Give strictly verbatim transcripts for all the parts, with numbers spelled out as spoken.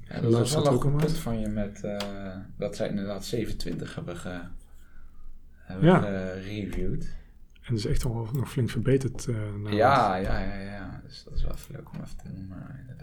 Ja, dat was wel een goed punt van je met uh, dat zij inderdaad zevenentwintig hebben, ge, hebben ja. gereviewd. En dat is echt al nog flink verbeterd. Uh, ja, ja, ja, ja. Dus dat is wel even leuk om even te noemen, inderdaad.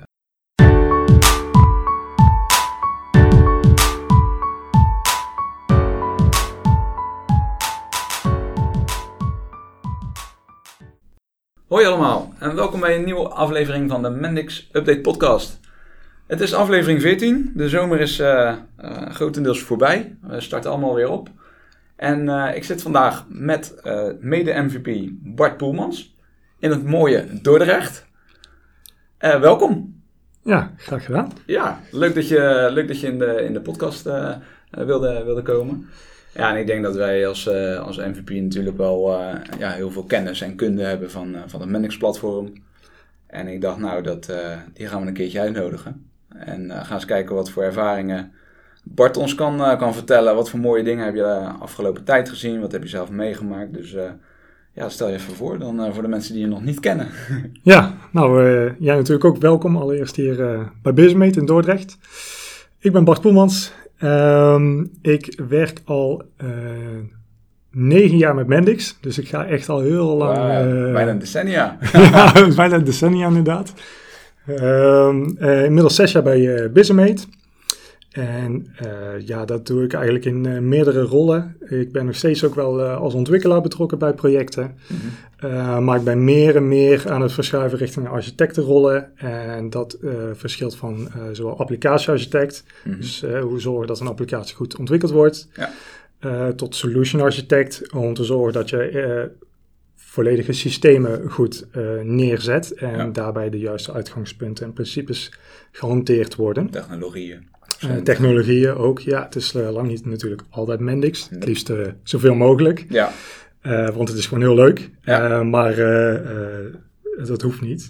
Hoi allemaal en welkom bij een nieuwe aflevering van de Mendix Update Podcast. Het is aflevering veertien, de zomer is uh, uh, grotendeels voorbij, we starten allemaal weer op. En uh, ik zit vandaag met uh, mede-M V P Bart Poelmans in het mooie Dordrecht. Uh, welkom. Ja, graag gedaan. Ja, leuk dat je, leuk dat je in, de, in de podcast uh, wilde, wilde komen. Ja, en ik denk dat wij als, uh, als M V P natuurlijk wel uh, ja, heel veel kennis en kunde hebben van, uh, van het Mendix-platform. En ik dacht, nou, dat, uh, die gaan we een keertje uitnodigen. En uh, gaan eens kijken wat voor ervaringen Bart ons kan, uh, kan vertellen. Wat voor mooie dingen heb je de afgelopen tijd gezien? Wat heb je zelf meegemaakt? Dus uh, ja, stel je even voor dan uh, voor de mensen die je nog niet kennen. Ja, nou, uh, jij natuurlijk ook welkom allereerst hier uh, bij Bizmate in Dordrecht. Ik ben Bart Poelmans. Um, ik werk al uh, negen jaar met Mendix, dus ik ga echt al heel lang... Wow, uh, bijna een decennia. Ja, bijna een decennia inderdaad. Um, uh, inmiddels zes jaar bij uh, Bizmate. En uh, ja, dat doe ik eigenlijk in uh, meerdere rollen. Ik ben nog steeds ook wel uh, als ontwikkelaar betrokken bij projecten. Mm-hmm. Uh, maar ik ben meer en meer aan het verschuiven richting architectenrollen. En dat uh, verschilt van uh, zowel applicatiearchitect, mm-hmm. dus uh, hoe zorgen dat een applicatie goed ontwikkeld wordt, ja. uh, tot solution architect, om te zorgen dat je uh, volledige systemen goed uh, neerzet en ja. daarbij de juiste uitgangspunten en principes gehanteerd worden. Technologieën. Uh, technologieën ook, ja. Het is uh, lang niet natuurlijk altijd Mendix. Het liefst uh, zoveel mogelijk. Ja. Uh, want het is gewoon heel leuk. Ja. Uh, maar uh, uh, dat hoeft niet.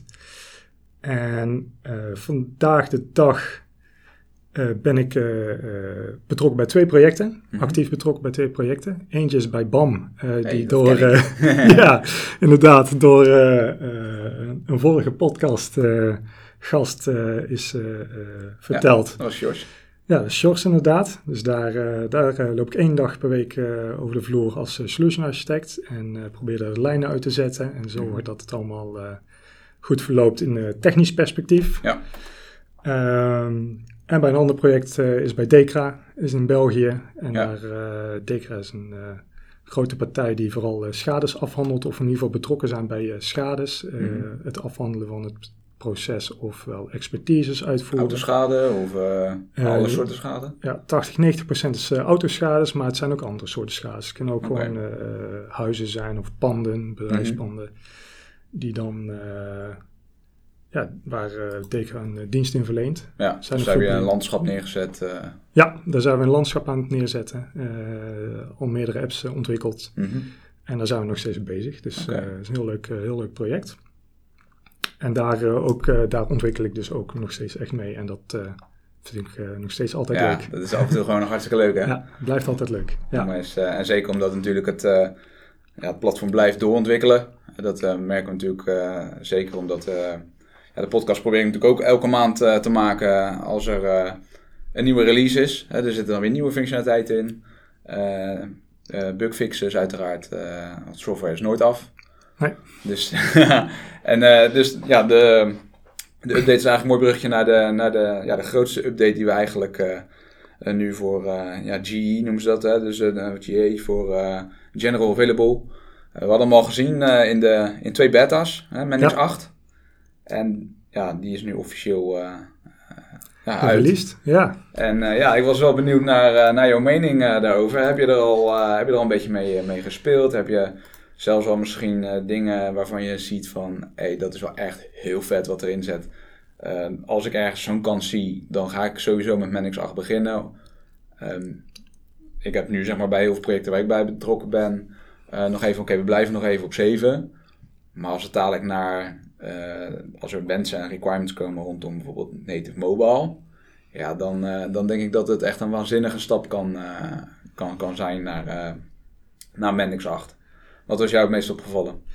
En uh, vandaag de dag uh, ben ik uh, uh, betrokken bij twee projecten. Mm-hmm. Actief betrokken bij twee projecten. Eentje is bij B A M. Uh, hey, die door, uh, ja, inderdaad, door uh, uh, een vorige podcast... Uh, gast uh, is uh, uh, verteld. Ja, dat was Sjors. Ja, dat is Sjors inderdaad. Dus daar, uh, daar uh, loop ik één dag per week uh, over de vloer als uh, solution architect. En uh, probeer er lijnen uit te zetten. En zorgen mm-hmm. dat het allemaal uh, goed verloopt in uh, technisch perspectief. Ja. Um, en bij een ander project uh, is bij Dekra, is in België. En ja. daar, uh, Dekra is een uh, grote partij die vooral uh, schades afhandelt. Of in ieder geval betrokken zijn bij uh, schades. Uh, mm-hmm. Het afhandelen van het proces ofwel expertises uitvoeren. Autoschade of uh, alle uh, soorten schade? Ja, tachtig, negentig procent is uh, autoschades, maar het zijn ook andere soorten schades. Het kunnen ook okay. gewoon uh, huizen zijn of panden, bedrijfspanden, mm-hmm. die dan, uh, ja, waar uh, Dekra een uh, dienst in verleent. Ja, zijn dus daar heb je een landschap neergezet. Uh... Ja, daar zijn we een landschap aan het neerzetten. Uh, al meerdere apps uh, ontwikkeld. Mm-hmm. En daar zijn we nog steeds bezig. Dus het okay. uh, is een heel leuk, uh, heel leuk project. En daar, uh, ook, uh, daar ontwikkel ik dus ook nog steeds echt mee. En dat uh, vind ik uh, nog steeds altijd ja, leuk. Ja, dat is af en toe gewoon nog hartstikke leuk, hè? Ja, het blijft altijd leuk. Ja. Maar is, uh, en zeker omdat natuurlijk het, uh, ja, het platform blijft doorontwikkelen. Dat uh, merken we natuurlijk uh, zeker omdat... Uh, ja, de podcast probeer ik natuurlijk ook elke maand uh, te maken als er uh, een nieuwe release is. Hè, er zitten dan weer nieuwe functionaliteiten in. Uh, uh, bugfixes uiteraard. Uh, want software is nooit af. Nee. Dus, en, uh, dus ja, de, de update is eigenlijk een mooi bruggetje naar de, naar de, ja, de grootste update die we eigenlijk uh, uh, nu voor uh, ja, G E noemen ze dat. Hè? Dus uh, G A voor uh, General Available. Uh, we hadden hem al gezien uh, in, de, in twee beta's, hè, Mendix ja. acht. En ja, die is nu officieel uh, ja, uit. Released, ja. En uh, ja, ik was wel benieuwd naar, uh, naar jouw mening uh, daarover. Heb je er al, uh, heb je er al een beetje mee, mee gespeeld? Heb je zelfs al misschien uh, dingen waarvan je ziet van... hé, hey, dat is wel echt heel vet wat erin zit. Uh, als ik ergens zo'n kans zie, dan ga ik sowieso met Mendix acht beginnen. Um, ik heb nu zeg maar bij heel veel projecten waar ik bij betrokken ben... Uh, nog even, oké, okay, we blijven nog even op zeven. Maar als het dadelijk naar... Uh, als er wensen en requirements komen rondom bijvoorbeeld native mobile... ja, dan, uh, dan denk ik dat het echt een waanzinnige stap kan, uh, kan, kan zijn naar, uh, naar Mendix acht. Wat was jou het meest opgevallen?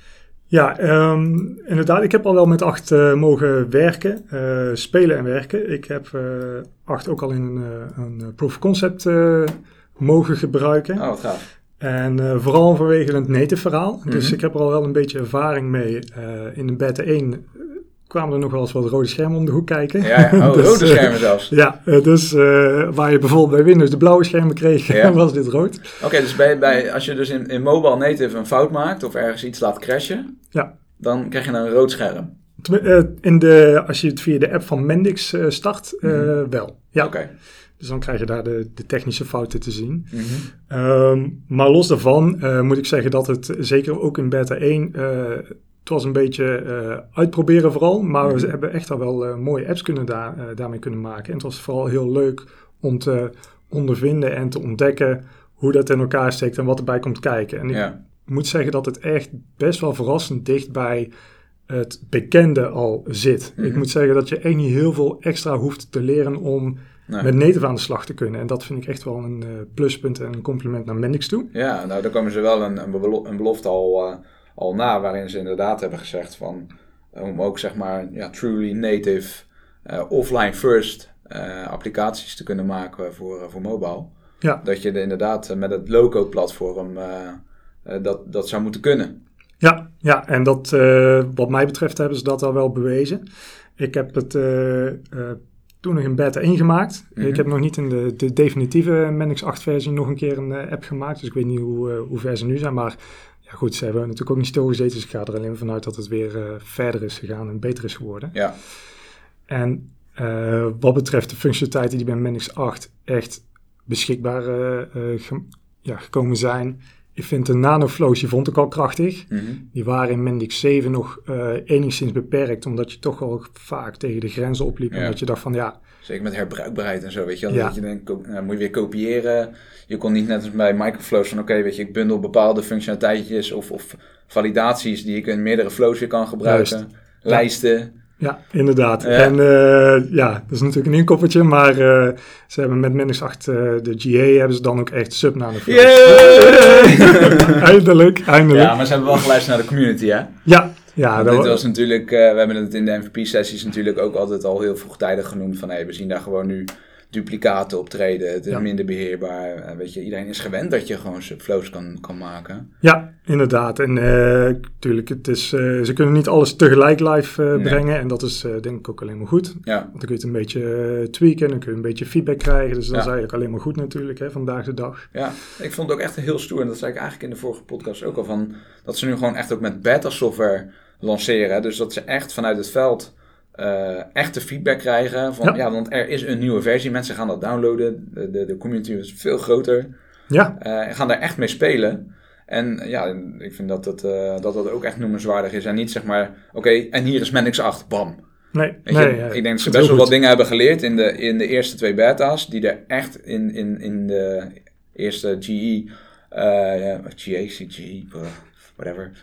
Ja, um, inderdaad. Ik heb al wel met acht uh, mogen werken, uh, spelen en werken. Ik heb uh, acht ook al in een, uh, een proof of concept uh, mogen gebruiken. Oh, wat gaaf. En uh, vooral vanwege het native verhaal. Mm-hmm. Dus ik heb er al wel een beetje ervaring mee. Uh, in de beta één kwamen er nog wel eens wat rode schermen om de hoek kijken. Ja, ja. Oh, dus, rode schermen zelfs. Uh, ja, uh, dus uh, waar je bijvoorbeeld bij Windows de blauwe schermen kreeg, ja. was dit rood. Oké, okay, dus bij, bij, als je dus in, in mobile native een fout maakt of ergens iets laat crashen, ja. dan krijg je een rood scherm. Uh, in de, als je het via de app van Mendix uh, start, uh, mm-hmm. wel. Ja. Oké. Okay. Dus dan krijg je daar de, de technische fouten te zien. Mm-hmm. Um, maar los daarvan uh, moet ik zeggen dat het zeker ook in beta één... Uh, het was een beetje uh, uitproberen vooral. Maar mm-hmm. we hebben echt al wel uh, mooie apps kunnen daar, uh, daarmee kunnen maken. En het was vooral heel leuk om te ondervinden en te ontdekken hoe dat in elkaar steekt en wat erbij komt kijken. En ja. ik moet zeggen dat het echt best wel verrassend dicht bij het bekende al zit. Mm-hmm. Ik moet zeggen dat je echt niet heel veel extra hoeft te leren om... Nee. Met native aan de slag te kunnen. En dat vind ik echt wel een uh, pluspunt en een compliment naar Mendix toe. Ja, nou daar komen ze wel een, een, belo- een belofte al, uh, al na, waarin ze inderdaad hebben gezegd van, om ook zeg maar ja, truly native, uh, offline first uh, applicaties te kunnen maken voor, uh, voor mobile. Ja. Dat je er inderdaad uh, met het low-code-platform uh, uh, dat, dat zou moeten kunnen. Ja, ja en dat, uh, wat mij betreft hebben ze dat al wel bewezen. Ik heb het... Uh, uh, toen nog in beta één gemaakt. Mm-hmm. Ik heb nog niet in de, de definitieve Mendix acht versie nog een keer een uh, app gemaakt. Dus ik weet niet hoe, uh, hoe ver ze nu zijn. Maar ja goed, ze hebben natuurlijk ook niet stilgezeten. Dus ik ga er alleen vanuit dat het weer uh, verder is gegaan en beter is geworden. Ja. En uh, wat betreft de functionaliteiten die bij Mendix acht echt beschikbaar uh, uh, ge- ja, gekomen zijn... Ik vind de nanoflows, die vond ik al krachtig. Mm-hmm. Die waren in Mendix zeven nog uh, enigszins beperkt, omdat je toch al vaak tegen de grenzen opliep. Ja. En dat je dacht van ja... Zeker met herbruikbaarheid en zo, weet je wel. Ja. Dat je denkt, nou, moet je weer kopiëren. Je kon niet net als bij microflows van oké, okay, weet je, ik bundel bepaalde functionaliteitjes of, of validaties die ik in meerdere flows weer kan gebruiken. Juist. Lijsten. Ja, inderdaad. Ja. En uh, ja, dat is natuurlijk een inkoppertje, maar uh, ze hebben met Mendix acht, uh, de G A, hebben ze dan ook echt sub-nanoflows. eindelijk, eindelijk. Ja, maar ze hebben wel geluisterd naar de community, hè? Ja. Ja, dit was natuurlijk, uh, we hebben het in de M V P-sessies natuurlijk ook altijd al heel vroegtijdig genoemd van hey, we zien daar gewoon nu duplicaten optreden, het is ja. minder beheerbaar. Uh, weet je, iedereen is gewend dat je gewoon subflows kan, kan maken. Ja, inderdaad. En natuurlijk, uh, het is, uh, ze kunnen niet alles tegelijk live uh, nee. brengen en dat is uh, denk ik ook alleen maar goed. Ja. Want dan kun je het een beetje uh, tweaken, dan kun je een beetje feedback krijgen. Dus dat ja. is eigenlijk alleen maar goed natuurlijk, hè, vandaag de dag. Ja, ik vond het ook echt heel stoer en dat zei ik eigenlijk in de vorige podcast ook al van, dat ze nu gewoon echt ook met beta software lanceren. Dus dat ze echt vanuit het veld uh, echte feedback krijgen. Van, ja. ja, want er is een nieuwe versie. Mensen gaan dat downloaden. De, de, de community is veel groter. Ja. Uh, en gaan daar echt mee spelen. En ja, ik vind dat dat, uh, dat dat ook echt noemenswaardig is. En niet zeg maar, oké, okay, en hier is Mendix acht, bam. Nee, Weet nee je, ja, ik denk dat ze best wel wat dingen hebben geleerd in de, in de eerste twee beta's. Die er echt in, in, in de eerste G E, uh, ja, G A, C G E, whatever.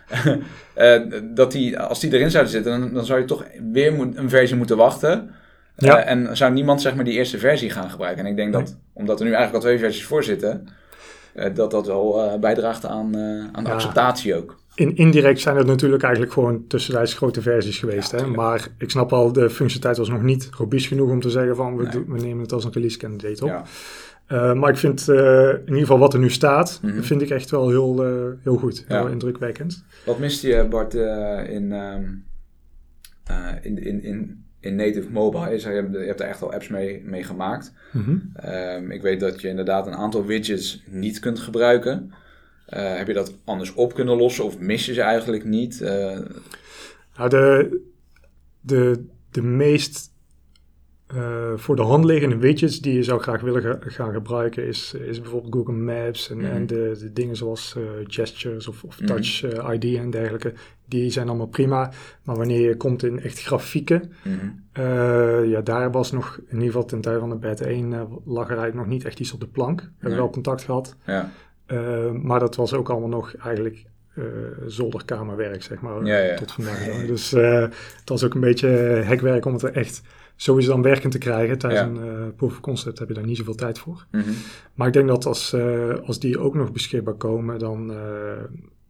uh, dat die, als die erin zouden zitten, dan, dan zou je toch weer mo- een versie moeten wachten. Ja. Uh, en zou niemand zeg maar die eerste versie gaan gebruiken. En ik denk nee. dat, omdat er nu eigenlijk al twee versies voor zitten, uh, dat dat wel uh, bijdraagt aan, uh, aan de ja. acceptatie ook. In, indirect zijn het natuurlijk eigenlijk gewoon tussentijds grote versies geweest. Ja, hè? Maar ik snap al, de functionaliteit was nog niet robuust genoeg om te zeggen van we, nee. do- we nemen het als een release candidate op. Ja. Uh, maar ik vind uh, in ieder geval wat er nu staat, mm-hmm. vind ik echt wel heel, uh, heel goed. Ja. Heel indrukwekkend. Wat miste je, Bart, uh, in, um, uh, in, in, in, in native mobile? Je hebt, je hebt er echt al apps mee, mee gemaakt. Mm-hmm. Um, ik weet dat je inderdaad een aantal widgets niet kunt gebruiken. Uh, heb je dat anders op kunnen lossen of mis je ze eigenlijk niet? Uh... Nou, de, de, de meest uh, voor de hand liggende widgets die je zou graag willen ga, gaan gebruiken is, is bijvoorbeeld Google Maps en, mm-hmm. en de, de dingen zoals uh, gestures of, of touch uh, I D en dergelijke. Die zijn allemaal prima. Maar wanneer je komt in echt grafieken, mm-hmm. uh, ja, daar was nog, in ieder geval ten tijde van de beta één, uh, lag er eigenlijk nog niet echt iets op de plank. We nee. hebben wel contact gehad. Ja. Uh, maar dat was ook allemaal nog eigenlijk uh, zolderkamerwerk, zeg maar, ja, ja. tot vandaag. Dus uh, het was ook een beetje hekwerk om het er echt sowieso dan werkend te krijgen. Tijdens ja. een uh, proof of concept heb je daar niet zoveel tijd voor. Mm-hmm. Maar ik denk dat als, uh, als die ook nog beschikbaar komen, dan, uh,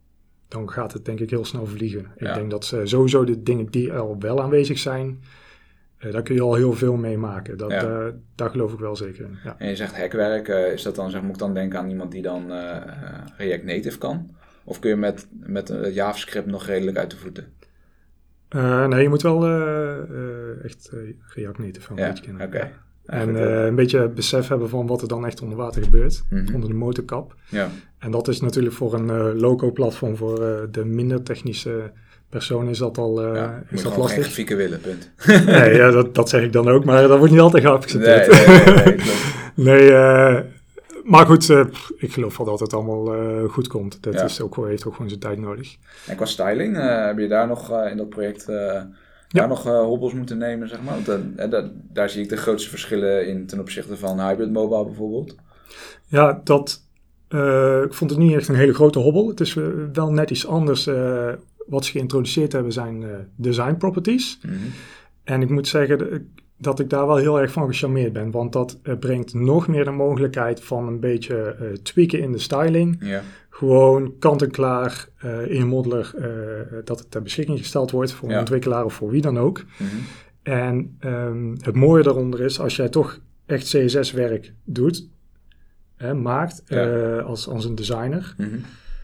dan gaat het denk ik heel snel vliegen. Ja. Ik denk dat ze sowieso de dingen die al wel aanwezig zijn, uh, daar kun je al heel veel mee maken. Dat, ja. uh, daar geloof ik wel zeker in. Ja. En je zegt hackwerk, uh, is dat dan, zeg, moet ik dan denken aan iemand die dan uh, React Native kan? Of kun je met, met uh, JavaScript nog redelijk uit de voeten? Uh, nee, je moet wel uh, uh, echt uh, React Native een ja, beetje kennen. Okay. Ja. En uh, een beetje besef hebben van wat er dan echt onder water gebeurt, mm-hmm. onder de motorkap. Ja. En dat is natuurlijk voor een uh, loco-platform, voor uh, de minder technische persoon is dat al uh, ja, is dat lastig. lastig. Geen grafieken willen, punt. Nee, ja, dat, dat zeg ik dan ook, maar dat wordt niet altijd geaccepteerd. Nee, nee, nee, nee, nee uh, maar goed, uh, ik geloof wel dat het allemaal uh, goed komt. Dat ja. is ook, heeft ook gewoon zijn tijd nodig. En qua styling, uh, heb je daar nog uh, in dat project... Uh, Daar ja. nog uh, hobbels moeten nemen, zeg maar. Want, uh, dat, daar zie ik de grootste verschillen in ten opzichte van Hybrid Mobile bijvoorbeeld. Ja, dat... Uh, ik vond het niet echt een hele grote hobbel. Het is uh, wel net iets anders. Uh, wat ze geïntroduceerd hebben zijn uh, design properties. Mm-hmm. En ik moet zeggen dat ik daar wel heel erg van gecharmeerd ben. Want dat uh, brengt nog meer de mogelijkheid van een beetje uh, tweaken in de styling. Ja. Gewoon kant-en-klaar uh, in Modeler uh, dat het ter beschikking gesteld wordt voor ja. een ontwikkelaar of voor wie dan ook. Mm-hmm. En um, het mooie daaronder is, als jij toch echt C S S-werk doet, hè, maakt ja. uh, als, als een designer. Mm-hmm.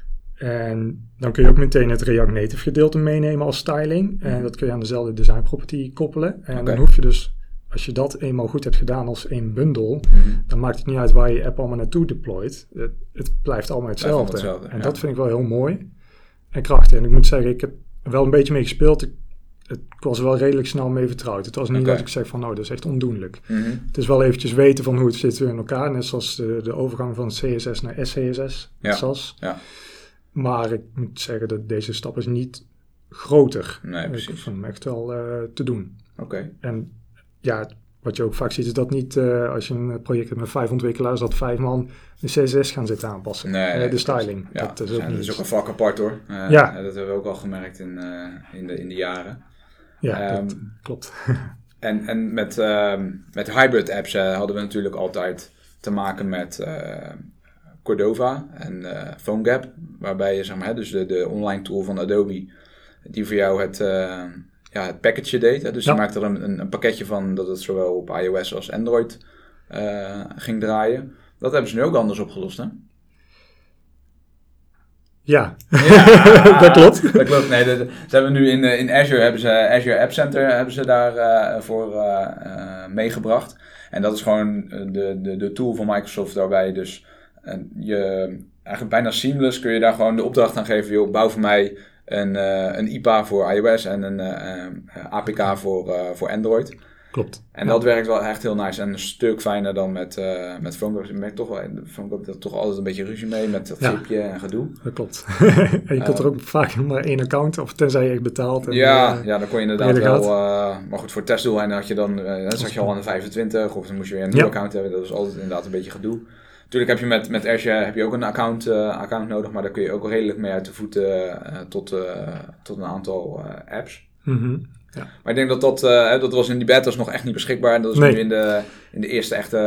En dan kun je ook meteen het React Native gedeelte meenemen als styling. Mm-hmm. En dat kun je aan dezelfde design property koppelen. En okay. dan hoef je dus... Als je dat eenmaal goed hebt gedaan als één bundel, mm-hmm. dan maakt het niet uit waar je je app allemaal naartoe deployt. Het, het blijft allemaal hetzelfde. Blijft hetzelfde en ja. dat vind ik wel heel mooi en krachtig. En ik moet zeggen, ik heb er wel een beetje mee gespeeld. Ik, het, ik was er wel redelijk snel mee vertrouwd. Het was niet okay. dat ik zeg van, nou, dat is echt ondoenlijk. Mm-hmm. Het is wel eventjes weten van hoe het zit in elkaar. Net zoals de, de overgang van C S S naar S C S S, ja. S A S. Ja. Maar ik moet zeggen dat deze stap is niet groter. Nee, precies. Ik vond hem echt wel uh, te doen. Oké. Okay. En ja, wat je ook vaak ziet is dat niet, uh, als je een project hebt met vijf ontwikkelaars, dat vijf man de C S S gaan zitten aanpassen. Nee, uh, nee, de styling. Ja, dat is ook, ja, niet dat is ook een vak apart hoor. Uh, ja. Dat hebben we ook al gemerkt in, uh, in, de, in de jaren. Ja, um, dat klopt. en en met, uh, met hybrid apps uh, hadden we natuurlijk altijd te maken met uh, Cordova en uh, PhoneGap. Waarbij je, zeg maar, dus de, de online tool van Adobe, die voor jou het... Uh, Ja, het package deed. Hè? Dus ja. je maakte er een, een pakketje van dat het zowel op iOS als Android uh, ging draaien. Dat hebben ze nu ook anders opgelost, hè? Ja, ja dat klopt. Dat klopt. Nee, de, de, ze hebben nu in, in Azure, hebben ze, Azure App Center hebben ze daar uh, voor uh, uh, meegebracht. En dat is gewoon de, de, de tool van Microsoft waarbij je dus uh, je eigenlijk bijna seamless kun je daar gewoon de opdracht aan geven. Joh, bouw voor mij een, uh, een I P A voor iOS en een uh, uh, A P K voor, uh, voor Android. Klopt. En ja. dat werkt wel echt heel nice en een stuk fijner dan met, uh, met PhoneGap. Ik merk toch wel, PhoneGap heeft toch altijd een beetje ruzie mee met dat chipje ja. en gedoe. Dat klopt. en je kunt uh, er ook vaak maar één account, of tenzij je echt betaalt. En, ja, uh, ja, dan kon je inderdaad wel, uh, maar goed, voor testdoeleinden had je dan, uh, dan zat je al aan de vijfentwintig of dan moest je weer een nieuw ja. account hebben. Dat is altijd inderdaad een beetje gedoe. Natuurlijk heb je met, met Azure heb je ook een account, uh, account nodig, maar daar kun je ook redelijk mee uit de voeten uh, tot, uh, tot een aantal uh, apps. Mm-hmm. Ja. Maar ik denk dat dat, uh, dat was in die betas nog echt niet beschikbaar. En dat is nee. nu in de, in de eerste echte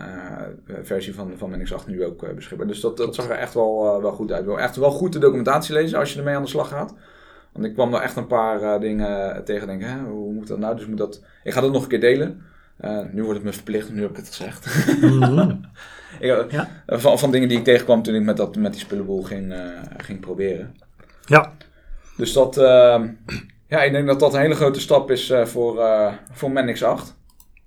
uh, versie van, van Minix acht nu ook uh, beschikbaar. Dus dat, dat zag er echt wel, uh, wel goed uit. Wel echt wel goed de documentatie lezen als je ermee aan de slag gaat. Want ik kwam daar echt een paar uh, dingen tegen. Denk, hè, hoe moet dat nou? Dus moet dat... Ik ga dat nog een keer delen. Uh, nu wordt het me verplicht, nu heb ik het gezegd. Mm-hmm. ik, ja. van, van dingen die ik tegenkwam toen ik met, dat, met die spullenboel ging, uh, ging proberen. Ja. Dus dat... Uh, Ja, ik denk dat dat een hele grote stap is uh, voor, uh, voor Minix acht.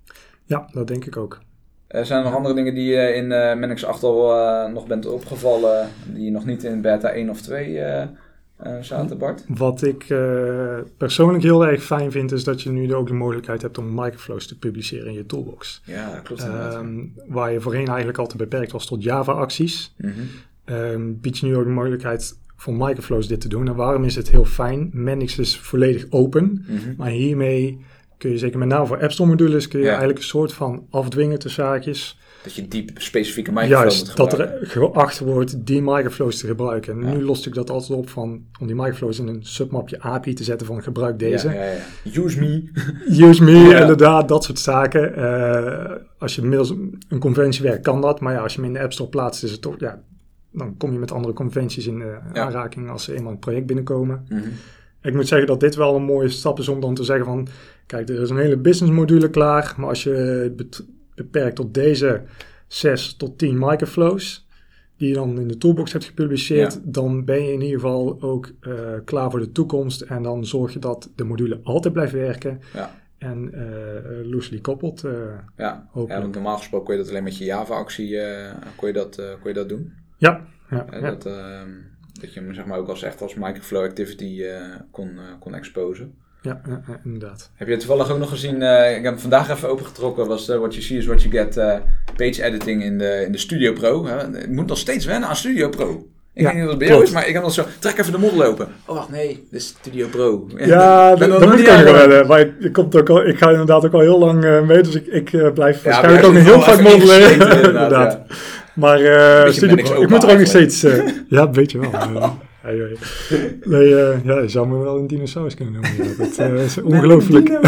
Ja, dat denk ik ook. Uh, zijn er nog andere dingen die je uh, in uh, Minix acht al uh, nog bent opgevallen, die nog niet in beta één of twee uh, uh, zaten, Bart? Wat ik uh, persoonlijk heel erg fijn vind, is dat je nu ook de mogelijkheid hebt om microflows te publiceren in je toolbox. Ja, dat klopt. Um, waar je voorheen eigenlijk altijd beperkt was tot Java-acties, mm-hmm. um, biedt je nu ook de mogelijkheid voor microflows dit te doen. En waarom is het heel fijn? Minix is volledig open. Mm-hmm. Maar hiermee kun je, zeker met name voor App Store modules, kun je ja. eigenlijk een soort van afdwingen tussen zaakjes. Dat je die specifieke microflow Juist, moet gebruiken. dat er geacht wordt die microflows te gebruiken. En ja. nu loste ik dat altijd op van om die microflows in een submapje A P I te zetten van gebruik deze. Ja, ja, ja. Use me. Use me, ja. inderdaad, dat soort zaken. Uh, als je middels een conventie werkt, kan dat. Maar ja, als je hem in de App Store plaatst, is het toch... Ja, dan kom je met andere conventies in uh, Ja. aanraking als ze eenmaal een project binnenkomen. Mm-hmm. Ik moet zeggen dat dit wel een mooie stap is om dan te zeggen van, kijk, er is een hele business module klaar, maar als je het bet- beperkt tot deze zes tot tien microflows, die je dan in de toolbox hebt gepubliceerd, Ja. dan ben je in ieder geval ook uh, klaar voor de toekomst en dan zorg je dat de module altijd blijft werken Ja. en uh, loosely koppeld. Uh, Ja. Hopelijk. ja, want normaal gesproken kon je dat alleen met je Java-actie uh, kon je dat, uh, kon je dat doen. ja, ja, Uh, ja. dat, uh, dat je hem zeg maar ook als echt als microflow activity uh, kon, uh, kon exposen. Ja, ja, ja, inderdaad. Heb je toevallig ook nog gezien, uh, ik heb hem vandaag even opengetrokken, was uh, What You See is What You Get uh, page editing in de, in de Studio Pro. Hè? Ik moet nog steeds wennen aan Studio Pro. Ik Ja, weet niet wat het bij jou klopt. is, maar ik heb nog zo, trek even de model open. Oh wacht, nee, dit is Studio Pro. Ja, Ik ben dat, er dat nog moet ik niet ook aan nog gewend. wel. Maar ik, ik, komt ook al, ik ga inderdaad ook al heel lang uh, mee, dus ik, ik uh, blijf Ja, waarschijnlijk ook maar nog jij heel zit vaak wel even modellen. ingesleten, inderdaad, inderdaad. ja. Maar uh, Beetje Studio Manix Pro, opa ik moet er ook nog eigenlijk. steeds... Uh, ja, een beetje wel. Uh, hey, hey. Nee, uh, ja, je zou me wel een dinosaurus kunnen noemen. Ja. Dat uh, is ongelooflijk. Ik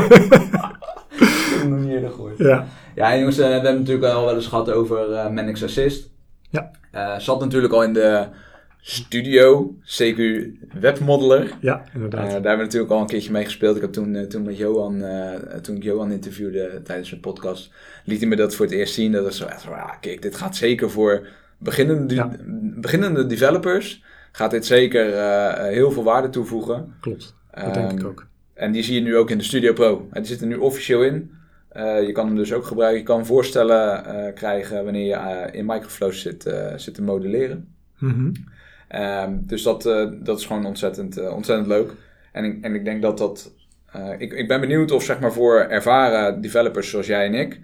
heb hem nog niet eerder gehoord. Ja, Ja, en jongens, uh, we hebben het natuurlijk al wel eens gehad over uh, Manix Assist. Ja. Uh, zat natuurlijk al in de Studio C Q Webmodeler. ja, Uh, inderdaad. daar hebben we natuurlijk al een keertje mee gespeeld. Ik heb toen, uh, toen met Johan, uh, toen ik Johan interviewde tijdens een podcast, liet hij me dat voor het eerst zien. Dat was zo echt zo, ja, kijk, dit gaat zeker voor beginnende, Ja. beginnende developers, gaat dit zeker uh, heel veel waarde toevoegen. Klopt, dat denk ik Um, ook. En die zie je nu ook in de Studio Pro. En die zit er nu officieel in. Uh, je kan hem dus ook gebruiken. Je kan voorstellen uh, krijgen wanneer je uh, in microflows zit, uh, zit te modelleren. Mm-hmm. Um, dus dat, uh, dat is gewoon ontzettend, uh, ontzettend leuk. En ik, en ik denk dat dat... Uh, ik, ik ben benieuwd of zeg maar voor ervaren developers zoals jij en ik...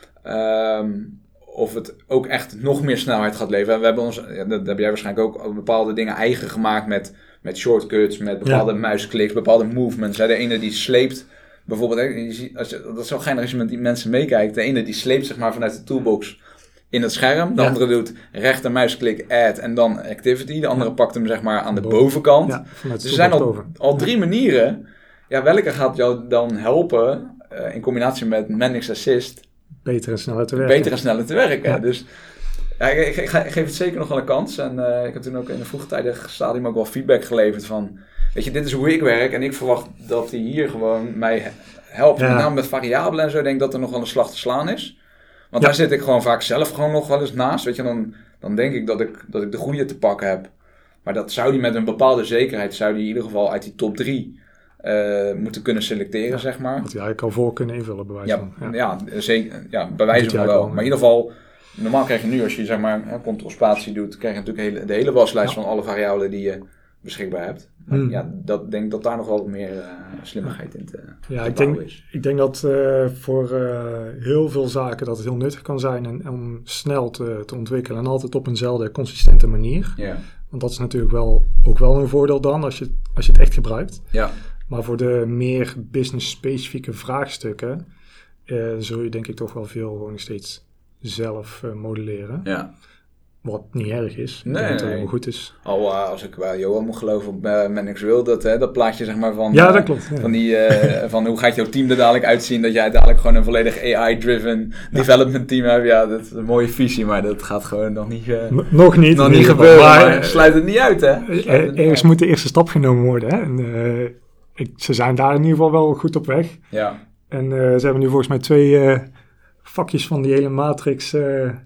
Um, of het ook echt nog meer snelheid gaat leveren. We hebben ons, ja, dat heb jij waarschijnlijk ook, bepaalde dingen eigen gemaakt met, met shortcuts, met bepaalde Ja. muiskliks, bepaalde movements. Hè. De ene die sleept, bijvoorbeeld, hè, je ziet, als je, dat is wel geinig als je met die mensen meekijkt. De ene die sleept zeg maar vanuit de toolbox in het scherm. De Ja. andere doet rechter muisklik, add en dan activity. De andere Ja. pakt hem zeg maar aan de Boven. bovenkant. Ja, vanuit Dus er zijn al, boven. al drie manieren. Ja, welke gaat jou dan helpen uh, in combinatie met Manix Assist Beter en sneller te werken. beter en sneller te werken. Ja. Dus ja, ik, ik, ik, ik geef het zeker nog wel een kans. En uh, ik heb toen ook in een vroegtijdig stadium ook wel feedback geleverd van... Weet je, dit is hoe ik werk en ik verwacht dat hij hier gewoon mij helpt. Ja. Met name met variabelen en zo denk ik dat er nog wel een slag te slaan is. Want Ja. daar zit ik gewoon vaak zelf gewoon nog wel eens naast. Weet je, dan, dan denk ik dat, ik dat ik de goede te pakken heb. Maar dat zou die met een bepaalde zekerheid, zou die in ieder geval uit die top drie uh, moeten kunnen selecteren, Ja. zeg maar. Had hij eigenlijk al voor kunnen invullen, bij wijze Ja, van. ja. Ja, zeker, ja, bij wijze Doet van hij wel. ook wel, Maar in ja. ieder geval, normaal krijg je nu, als je zeg maar hè, control-spatie doet, krijg je natuurlijk hele, de hele waslijst Ja. van alle variabelen die je beschikbaar hebt. Maar Hmm. ja, dat denk ik dat daar nog wel wat meer uh, slimmigheid in te, Ja, te ik bouwen denk, is. ik denk dat uh, voor uh, heel veel zaken dat het heel nuttig kan zijn en, om snel te, te ontwikkelen en altijd op eenzelfde consistente manier. Ja, Want dat is natuurlijk wel, ook wel een voordeel dan als je, als je het echt gebruikt. ja, Maar voor de meer business-specifieke vraagstukken uh, zul je denk ik toch wel veel gewoon nog steeds zelf uh, modelleren. ja. Wat niet erg is. Ik Nee, denk dat het nee. helemaal goed is. Al uh, als ik bij Johan moet geloven op uh, Manix Will, dat, hè, dat plaatje zeg maar van... Ja, uh, dat klopt. Ja. Van, die, uh, van hoe gaat jouw team er dadelijk uitzien, dat jij dadelijk gewoon een volledig A I-driven development team hebt. Ja, dat is een mooie visie, maar dat gaat gewoon nog niet... Uh, N- nog niet. Nog in niet ieder geval. gebeuren, maar, Maar, sluit het niet uit, hè? Sluit Er, het niet ergens uit. moet de eerste stap genomen worden. Hè? En, uh, ik, ze zijn daar in ieder geval wel goed op weg. Ja, En uh, ze hebben nu volgens mij twee uh, vakjes van die hele matrix... Uh, uh,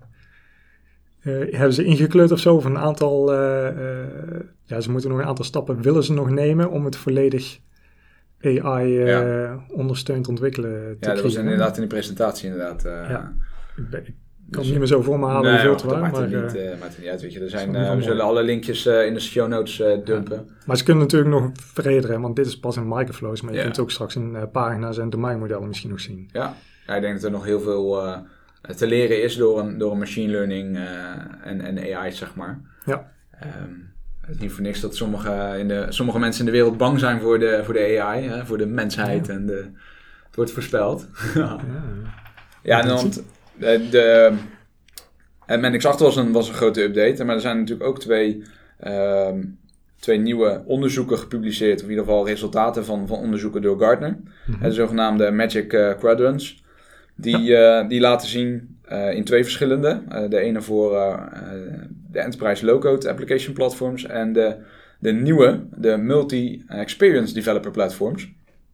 hebben ze ingekleurd of zo. Of een aantal... Uh, uh, ja, ze moeten nog een aantal stappen willen ze nog nemen... om het volledig A I uh, Ja. ondersteund ontwikkelen te ja, dat krijgen. was inderdaad in die presentatie inderdaad. Uh, Ja. Ik, ben, ik kan Dus- het niet meer zo voor me halen nee, hoeveel maar het dat waren. maakt Maar, het niet, uh, uh, maakt het niet uit, weet je. Er is zijn, in uh, ieder we geval zullen alle linkjes uh, in de show notes uh, dumpen. maar ze kunnen natuurlijk nog verrederen, want dit is pas in microflows. Maar je Ja. kunt ook straks in uh, pagina's en domeinmodellen misschien nog zien. Ja. ja, ik denk dat er nog heel veel uh, te leren is door een, door een machine learning uh, en, en A I, zeg maar. Ja. Um, het is niet voor niks dat sommige, in de, sommige mensen in de wereld bang zijn voor de, voor de A I, hè, voor de mensheid. Ja. En de, het wordt voorspeld. ja, Ja. ja en dan de, de en Manix acht was een, was een grote update, maar er zijn natuurlijk ook twee, um, twee nieuwe onderzoeken gepubliceerd, of in ieder geval resultaten van, van onderzoeken door Gartner. Mm-hmm. De zogenaamde Magic uh, Quadrants. Die, ja. uh, die laten zien uh, in twee verschillende. Uh, de ene voor uh, uh, de Enterprise Low-Code Application Platforms en de, de nieuwe, de Multi-Experience Developer Platforms.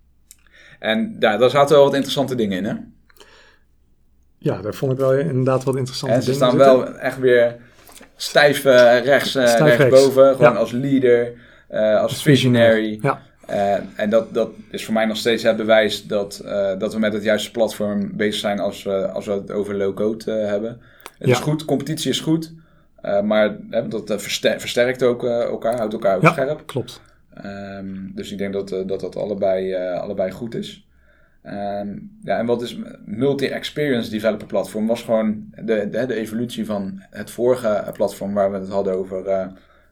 En daar, daar zaten wel wat interessante dingen in, hè? Ja, daar vond ik wel inderdaad wat interessante en dingen ze staan zitten. wel echt weer stijf uh, rechts, uh, Stijf rechtsboven, rechts. gewoon Ja. als leader, uh, als visionary. Ja. Uh, en dat, dat is voor mij nog steeds het bewijs dat, uh, dat we met het juiste platform bezig zijn als we, als we het over low-code uh, hebben. Het Ja. is goed, competitie is goed, uh, maar uh, dat uh, verster- versterkt ook uh, elkaar, houdt elkaar ook Ja, scherp. klopt. Um, dus ik denk dat uh, dat, dat allebei, uh, allebei goed is. Um, ja, en wat is Multi-Experience Developer Platform? Was gewoon de, de, de evolutie van het vorige platform waar we het hadden over... Uh,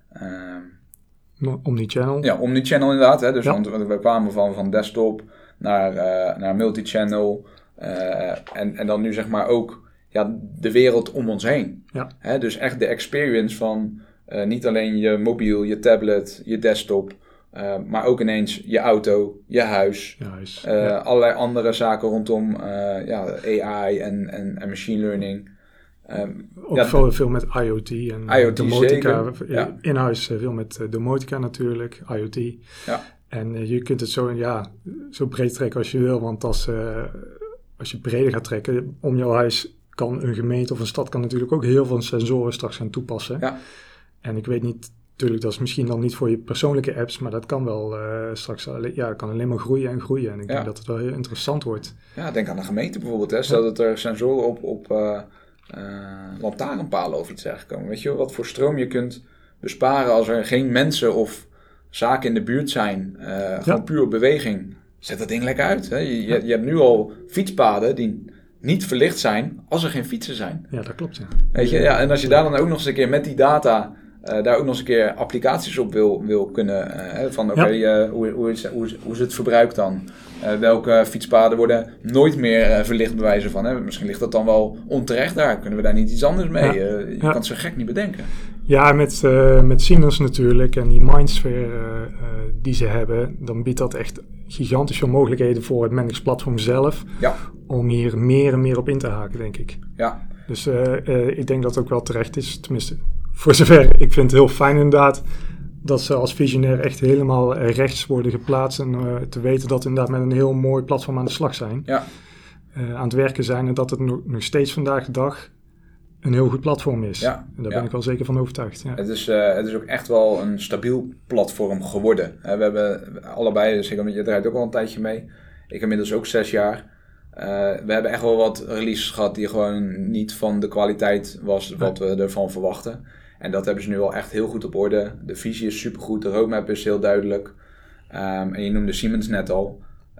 um, Omnichannel. Ja, omnichannel inderdaad. Hè? Dus Ja. want we kwamen van, van desktop naar, uh, naar multichannel. Uh, en, en dan nu zeg maar ook ja, de wereld om ons heen. Ja. Hè? Dus echt de experience van uh, niet alleen je mobiel, je tablet, je desktop... Uh, maar ook ineens je auto, je huis, Ja, is, uh, ja. allerlei andere zaken rondom uh, ja, A I en, en, en machine learning. Um, Ook ja, veel, veel met IoT en IoT domotica. zeker, ja. In huis veel met uh, domotica natuurlijk, IoT. Ja. En uh, je kunt het zo, ja, zo breed trekken als je wil. Want als, uh, als je breder gaat trekken, om jouw huis kan een gemeente of een stad kan natuurlijk ook heel veel sensoren straks gaan toepassen. Ja. En ik weet niet, natuurlijk dat is misschien dan niet voor je persoonlijke apps, maar dat kan wel uh, straks alleen, ja, kan alleen maar groeien en groeien. En ik Ja. denk dat het wel heel interessant wordt. Ja, denk aan de gemeente bijvoorbeeld. Hè. Stel dat er sensoren op, op uh, uh, lantaarnpalen of iets dergelijks komen. Weet je wel, wat voor stroom je kunt besparen als er geen mensen of zaken in de buurt zijn. Uh, gewoon Ja. puur op beweging. Zet dat ding lekker uit. Hè. Je, je, je hebt nu al fietspaden die niet verlicht zijn als er geen fietsen zijn. Ja, dat klopt, ja. Weet je, ja, en als je daar dan ook nog eens een keer met die data... Uh, daar ook nog eens een keer applicaties op wil, wil kunnen. Uh, van oké, okay, ja. uh, hoe, hoe, is, hoe, is, hoe is het verbruik dan? Uh, welke fietspaden worden nooit meer uh, verlicht bewijzen van? Hè? Misschien ligt dat dan wel onterecht daar. Kunnen we daar niet iets anders mee? Ja. Uh, je ja. kan het zo gek niet bedenken. Ja, met, uh, met Siemens natuurlijk en die Mindsphere uh, uh, die ze hebben, dan biedt dat echt gigantisch veel mogelijkheden voor het Mendix platform zelf. Ja. Om hier meer en meer op in te haken, denk ik. Ja. Dus uh, uh, ik denk dat het ook wel terecht is, tenminste... Voor zover, ik vind het heel fijn inderdaad dat ze als visionair echt helemaal rechts worden geplaatst. En uh, te weten dat ze inderdaad met een heel mooi platform aan de slag zijn. Ja. Uh, aan het werken zijn en dat het nog, nog steeds vandaag de dag een heel goed platform is. Ja. En daar ja. ben ik wel zeker van overtuigd. Ja. Het, is, uh, het is ook echt wel een stabiel platform geworden. Uh, we hebben allebei, dus ik, je draait ook al een tijdje mee. Ik inmiddels ook zes jaar. Uh, we hebben echt wel wat releases gehad die gewoon niet van de kwaliteit was wat we ervan verwachten. En dat hebben ze nu wel echt heel goed op orde. De visie is supergoed, de roadmap is heel duidelijk. Um, en je noemde Siemens net al.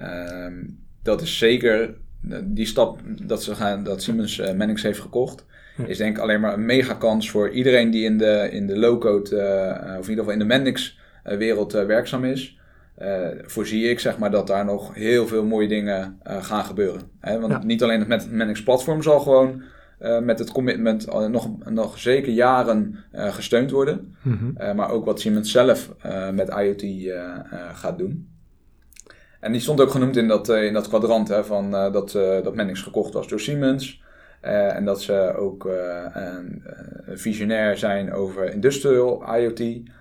Um, dat is zeker die stap dat, ze gaan, dat Siemens uh, Mendix heeft gekocht. Ja. Is denk ik alleen maar een mega kans voor iedereen die in de, in de low-code, uh, of in ieder geval in de Mendix uh, wereld uh, werkzaam is. Uh, voorzie ik zeg maar dat daar nog heel veel mooie dingen uh, gaan gebeuren. Hè? Want ja. niet alleen het met Mendix platform zal gewoon uh, met het commitment uh, nog, nog zeker jaren uh, gesteund worden. Mm-hmm. Uh, maar ook wat Siemens zelf uh, met IoT uh, uh, gaat doen. En die stond ook genoemd in dat, uh, in dat kwadrant hè, van uh, dat, uh, dat Mendix gekocht was door Siemens. Uh, en dat ze ook uh, een, een visionair zijn over industrial IoT.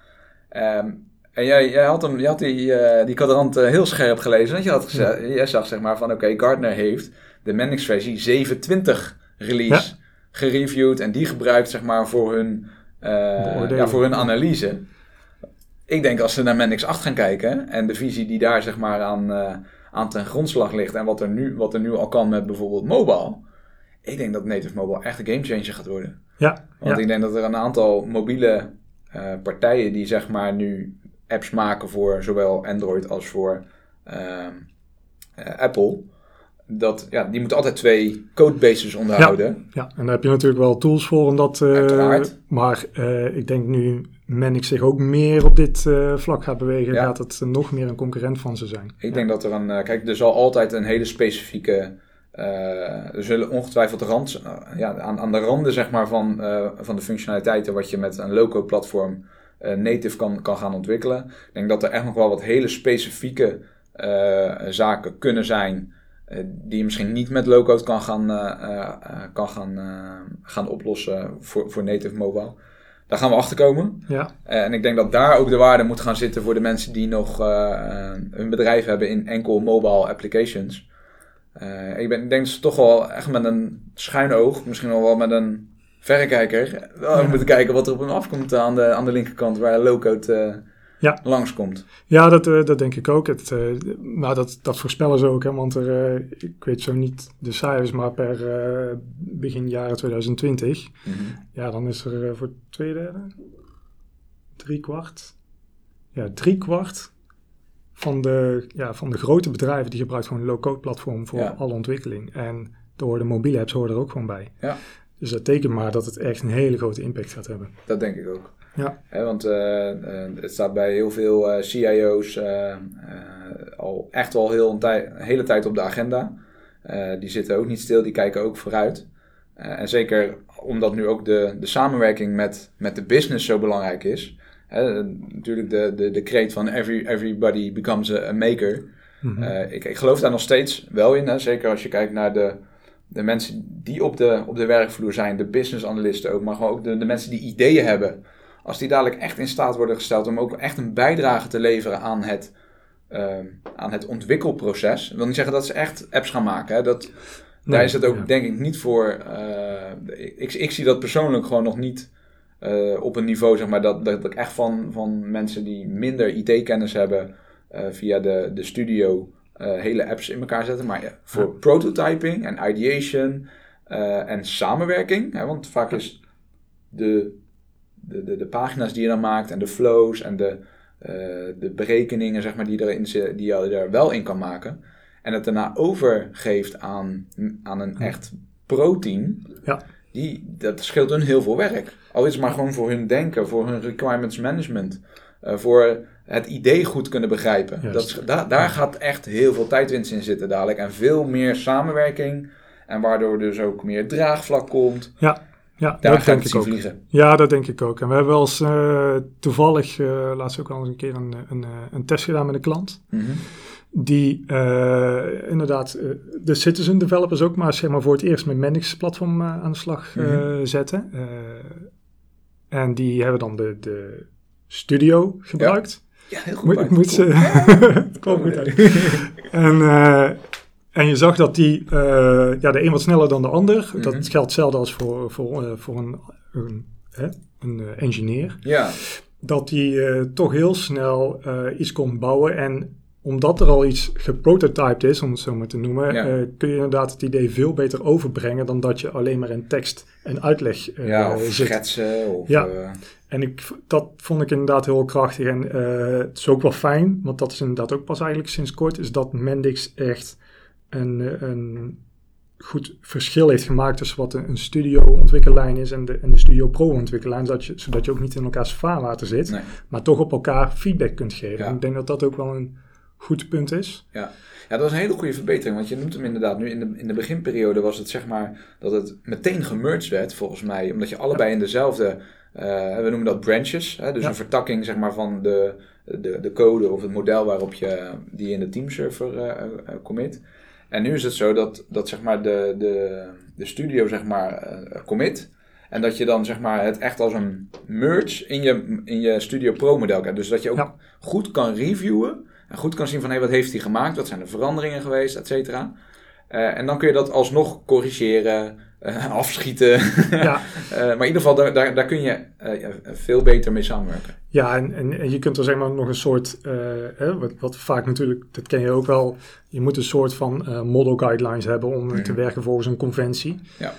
Um, En jij, jij had, hem, jij had die, uh, die kwadrant uh, heel scherp gelezen. Want je had gezegd, ja. Jij zag zeg maar van oké, okay, Gartner heeft de Mendix versie zeven twintig release ja. gereviewd. En die gebruikt zeg maar voor hun, uh, ja, voor hun analyse. Ik denk als ze naar Mendix acht gaan kijken en de visie die daar zeg maar aan, uh, aan ten grondslag ligt. En wat er, nu, wat er nu al kan met bijvoorbeeld mobile. Ik denk dat native mobile echt een gamechanger gaat worden. Ja. Want ja. ik denk dat er een aantal mobiele uh, partijen die zeg maar nu apps maken voor zowel Android als voor uh, uh, Apple. Dat, ja, die moeten altijd twee codebases onderhouden. Ja, ja, en daar heb je natuurlijk wel tools voor om dat... Uh, Uiteraard. Maar uh, ik denk nu Mendix zich ook meer op dit uh, vlak gaat bewegen, ja. gaat het uh, nog meer een concurrent van ze zijn. Ik ja. denk dat er een... Uh, kijk, er zal altijd een hele specifieke... Uh, er zullen ongetwijfeld rand, uh, ja, aan, aan de randen zeg maar, van, uh, van de functionaliteiten wat je met een low-code platform uh, native kan, kan gaan ontwikkelen. Ik denk dat er echt nog wel wat hele specifieke uh, zaken kunnen zijn uh, die je misschien niet met low-code kan gaan, uh, uh, kan gaan, uh, gaan oplossen voor, voor native mobile. daar gaan we achter komen. Ja. Uh, en ik denk dat daar ook de waarde moet gaan zitten voor de mensen die nog uh, hun bedrijf hebben in enkel mobile applications. Uh, ik, ben, ik denk dat ze toch wel echt met een schuin oog, misschien wel, wel met een verrekijker, wel ja. moeten kijken wat er op hem afkomt aan de, aan de linkerkant waar low-code uh, ja. langskomt. Ja, dat, uh, dat denk ik ook. Het, uh, nou, dat, dat voorspellen ze ook, hè, want er, uh, ik weet zo niet de cijfers, maar per uh, begin jaren twintig twintig, mm-hmm. ja, dan is er uh, voor twee derde, drie kwart, ja, drie kwart van de, ja, van de grote bedrijven die gebruikt gewoon een low-code platform voor ja. alle ontwikkeling. En door de mobiele apps horen er ook gewoon bij. Ja. Dus dat tekent maar dat het echt een hele grote impact gaat hebben. Dat denk ik ook. Ja. He, want uh, uh, het staat bij heel veel uh, C I O's uh, uh, al echt wel heel een, tij- een hele tijd op de agenda. Uh, die zitten ook niet stil, die kijken ook vooruit. Uh, en zeker omdat nu ook de, de samenwerking met, met de business zo belangrijk is. He, natuurlijk de, de, de kreet van every, everybody becomes a, a maker. Mm-hmm. Uh, ik, ik geloof daar nog steeds wel in. Hè? Zeker als je kijkt naar de... De mensen die op de, op de werkvloer zijn, de business analisten ook, maar gewoon ook de, de mensen die ideeën hebben. Als die dadelijk echt in staat worden gesteld om ook echt een bijdrage te leveren aan het, uh, aan het ontwikkelproces. Ik wil niet zeggen dat ze echt apps gaan maken. Hè. Dat, nee, daar is het ook ja. denk ik niet voor. Uh, ik, ik zie dat persoonlijk gewoon nog niet uh, op een niveau, zeg maar, dat, dat ik echt van, van mensen die minder I T-kennis hebben uh, via de, de studio Uh, hele apps in elkaar zetten, maar ja, voor ja. prototyping en ideation uh, en samenwerking, hè, want vaak is de, de, de, de pagina's die je dan maakt en de flows en de, uh, de berekeningen, zeg maar, die, erin, die je er wel in kan maken en het daarna overgeeft aan, aan een ja. echt pro-team, ja. die, dat scheelt hun heel veel werk. Al is het maar gewoon voor hun denken, voor hun requirements management, uh, voor het idee goed kunnen begrijpen. Dat, da, daar gaat echt heel veel tijdwinst in zitten dadelijk. En veel meer samenwerking. En waardoor dus ook meer draagvlak komt. Ja, ja daar dat gaat denk ik ook. Vliegen. Ja, dat denk ik ook. En we hebben wel eens uh, toevallig, uh, laatst ook al eens een keer een, een, een test gedaan met een klant. Mm-hmm. Die uh, inderdaad uh, de citizen developers ook maar, zeg maar voor het eerst met Mendix platform uh, aan de slag uh, mm-hmm. zetten. Uh, en die hebben dan de, de studio gebruikt. Ja. Ja, heel goed. Ik moet ze. Het kwam goed uit. En, uh, en je zag dat die, uh, ja, de een wat sneller dan de ander. Mm-hmm. Dat geldt hetzelfde als voor, voor, uh, voor een, een, hè, een uh, engineer. Ja. Dat die uh, toch heel snel uh, iets kon bouwen. En omdat er al iets geprototyped is, om het zo maar te noemen, ja. uh, kun je inderdaad het idee veel beter overbrengen dan dat je alleen maar in tekst en uitleg uh, ja, of zit. schetsen. Of, ja. Uh... En ik, dat vond ik inderdaad heel krachtig. En uh, het is ook wel fijn, want dat is inderdaad ook pas eigenlijk sinds kort, is dat Mendix echt een, een goed verschil heeft gemaakt tussen wat een studio-ontwikkellijn is en de, en de Studio Pro-ontwikkellijn, zodat je, zodat je ook niet in elkaars vaarwater zit, nee. maar toch op elkaar feedback kunt geven. Ja. En ik denk dat dat ook wel een goed punt is. Ja. Ja, dat was een hele goede verbetering, want je noemt hem inderdaad nu. In de, in de beginperiode was het zeg maar dat het meteen gemerged werd, volgens mij, omdat je allebei ja. in dezelfde... Uh, we noemen dat branches, hè? Dus ja. een vertakking zeg maar, van de, de, de code of het model waarop je die in de teamserver uh, uh, commit. En nu is het zo dat, dat zeg maar, de, de, de studio zeg maar, uh, commit. En dat je dan zeg maar, het echt als een merge in je, in je Studio Pro model krijgt. Dus dat je ook ja. goed kan reviewen en goed kan zien van hey, wat heeft hij gemaakt, wat zijn de veranderingen geweest, et cetera. Uh, en dan kun je dat alsnog corrigeren, uh, afschieten. Ja. uh, maar in ieder geval, daar, daar, daar kun je uh, veel beter mee samenwerken. Ja, en, en, en je kunt er zeg maar nog een soort, uh, hè, wat, wat vaak natuurlijk, dat ken je ook wel, je moet een soort van uh, model guidelines hebben om mm-hmm. te werken volgens een conventie. Ja.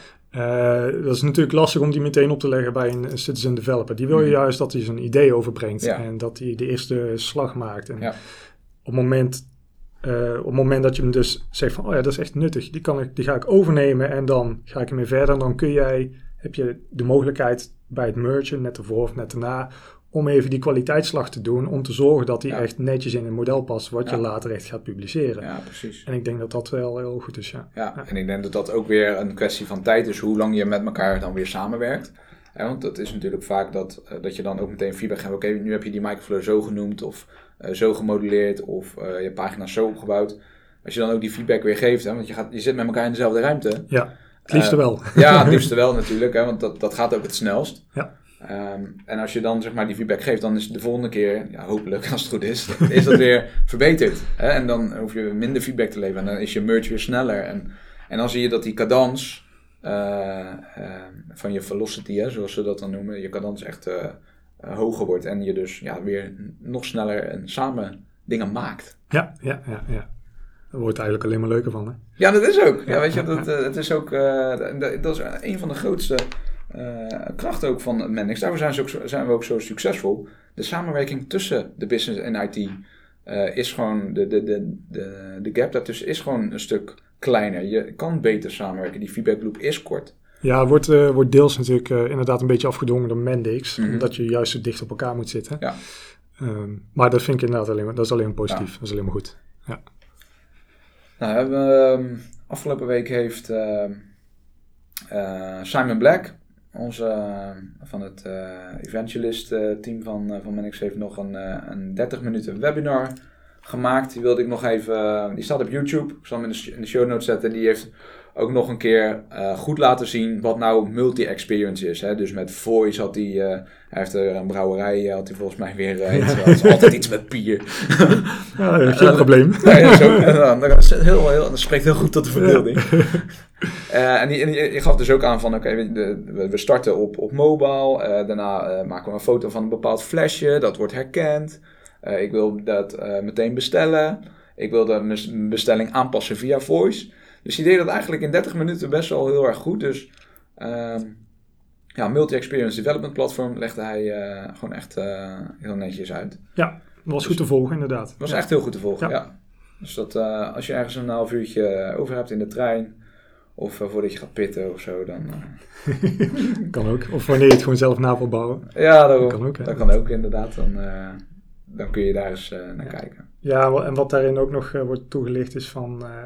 Uh, dat is natuurlijk lastig om die meteen op te leggen bij een, een citizen developer. Die wil je mm-hmm. juist dat hij zijn idee overbrengt ja. en dat hij de eerste slag maakt. En ja. op het moment... Uh, op het moment dat je hem dus zegt van, oh ja, dat is echt nuttig, die, kan ik, die ga ik overnemen en dan ga ik ermee verder. En dan kun jij, heb je de mogelijkheid bij het mergen, net ervoor of net daarna, om even die kwaliteitsslag te doen, om te zorgen dat die ja. echt netjes in een model past, wat ja. je later echt gaat publiceren. Ja, precies. En ik denk dat dat wel heel goed is, ja. Ja, ja. En ik denk dat dat ook weer een kwestie van tijd is, hoe lang je met elkaar dan weer samenwerkt. Ja, want het is natuurlijk vaak dat, uh, dat je dan ook meteen feedback hebt. Oké, okay, nu heb je die microflow zo genoemd of uh, zo gemodelleerd of uh, je pagina's zo opgebouwd. Als je dan ook die feedback weer geeft, hè, want je, gaat, je zit met elkaar in dezelfde ruimte. Ja, het liefste uh, wel. Ja, het liefste wel natuurlijk, hè, want dat, dat gaat ook het snelst. Ja. Um, en als je dan zeg maar die feedback geeft, dan is de volgende keer, ja, hopelijk als het goed is, is dat weer verbeterd. Hè? En dan hoef je minder feedback te leveren en dan is je merge weer sneller. En, en dan zie je dat die cadans uh, uh, van je velocity, hè, zoals ze dat dan noemen, je cadans echt uh, uh, hoger wordt en je dus ja, weer nog sneller en samen dingen maakt. Ja, ja, ja, ja. Daar wordt het eigenlijk alleen maar leuker van, hè? Ja, dat is ook. Ja, weet je, dat, uh, het is ook, uh, dat, dat is een van de grootste uh, krachten ook van Mendix. Daarvoor zijn, ze ook, zijn we ook zo succesvol. De samenwerking tussen de business en I T uh, is gewoon, de, de, de, de, de gap daartussen is gewoon een stuk kleiner. Je kan beter samenwerken. Die feedback loop is kort. Ja, wordt, uh, wordt deels natuurlijk uh, inderdaad een beetje afgedwongen door Mendix. Mm-hmm. Omdat je juist zo dicht op elkaar moet zitten. Ja. Um, maar dat vind ik inderdaad alleen maar, dat is alleen maar positief. Ja. Dat is alleen maar goed. Ja. Nou, hebben, uh, afgelopen week heeft uh, uh, Simon Black, onze uh, van het uh, evangelist uh, team van, uh, van Mendix, heeft nog een, uh, een dertig minuten webinar gemaakt. Die wilde ik nog even, uh, die staat op YouTube. Ik zal hem in de, in de show notes zetten. Die heeft ook nog een keer uh, goed laten zien wat nou multi-experience is. Hè? Dus met Voice had hij, uh, hij heeft er een brouwerij, had hij volgens mij weer, uh, iets, is altijd iets met bier. Ja, geen uh, probleem. Ja, ja, zo, dan, dan, heel, heel, dat spreekt heel goed tot de verbeelding. Uh, en die, en die, je gaf dus ook aan van, oké, okay, we, we starten op, op mobile, uh, daarna uh, maken we een foto van een bepaald flesje, dat wordt herkend. Uh, ik wil dat uh, meteen bestellen. Ik wil de bestelling aanpassen via Voice. Dus die deed dat eigenlijk in dertig minuten best wel heel erg goed. Dus uh, ja, multi-experience development platform legde hij uh, gewoon echt uh, heel netjes uit. Ja, dat was dus goed te volgen inderdaad. Dat was ja. echt heel goed te volgen, ja. ja. Dus dat, uh, als je ergens een half uurtje over hebt in de trein, of uh, voordat je gaat pitten of zo, dan... Uh... kan ook. Of wanneer je het gewoon zelf na wil bouwen. Ja, daarom, dat kan ook. Hè? Dat kan ook inderdaad. Dan, uh, dan kun je daar eens uh, naar ja. kijken. Ja, en wat daarin ook nog uh, wordt toegelicht is van... Uh,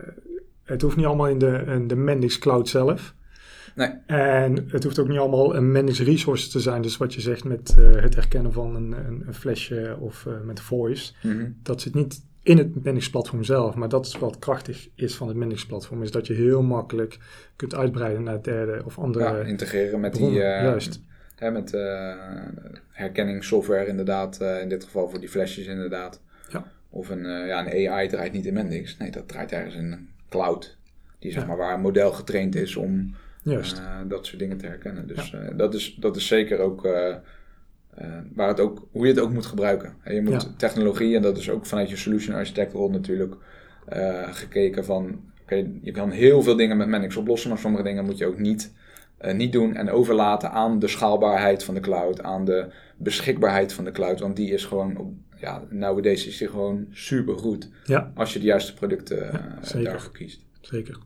het hoeft niet allemaal in de, in de Mendix Cloud zelf. Nee. En het hoeft ook niet allemaal een Mendix resource te zijn. Dus wat je zegt met uh, het herkennen van een, een, een flesje of uh, met Voice. Mm-hmm. Dat zit niet in het Mendix platform zelf. Maar dat is wat krachtig is van het Mendix platform. Is dat je heel makkelijk kunt uitbreiden naar derde of andere... Ja, integreren met bronnen. die... Uh, Juist. Hè, met uh, herkenningssoftware inderdaad. Uh, in dit geval voor die flesjes inderdaad. Ja. Of een, uh, ja, een A I draait niet in Mendix. Nee, dat draait ergens in een cloud. Die zeg ja. maar waar een model getraind is om uh, dat soort dingen te herkennen. Dus ja. uh, dat, is, dat is zeker ook, uh, uh, waar het ook hoe je het ook moet gebruiken. En je moet ja. technologie, en dat is ook vanuit je solution architect rol natuurlijk uh, gekeken van, okay, je kan heel veel dingen met Mendix oplossen, maar sommige dingen moet je ook niet, uh, niet doen en overlaten aan de schaalbaarheid van de cloud, aan de beschikbaarheid van de cloud, want die is gewoon op ja, nowadays is die gewoon super goed. Ja. Als je de juiste producten ja, uh, daarvoor kiest. Zeker.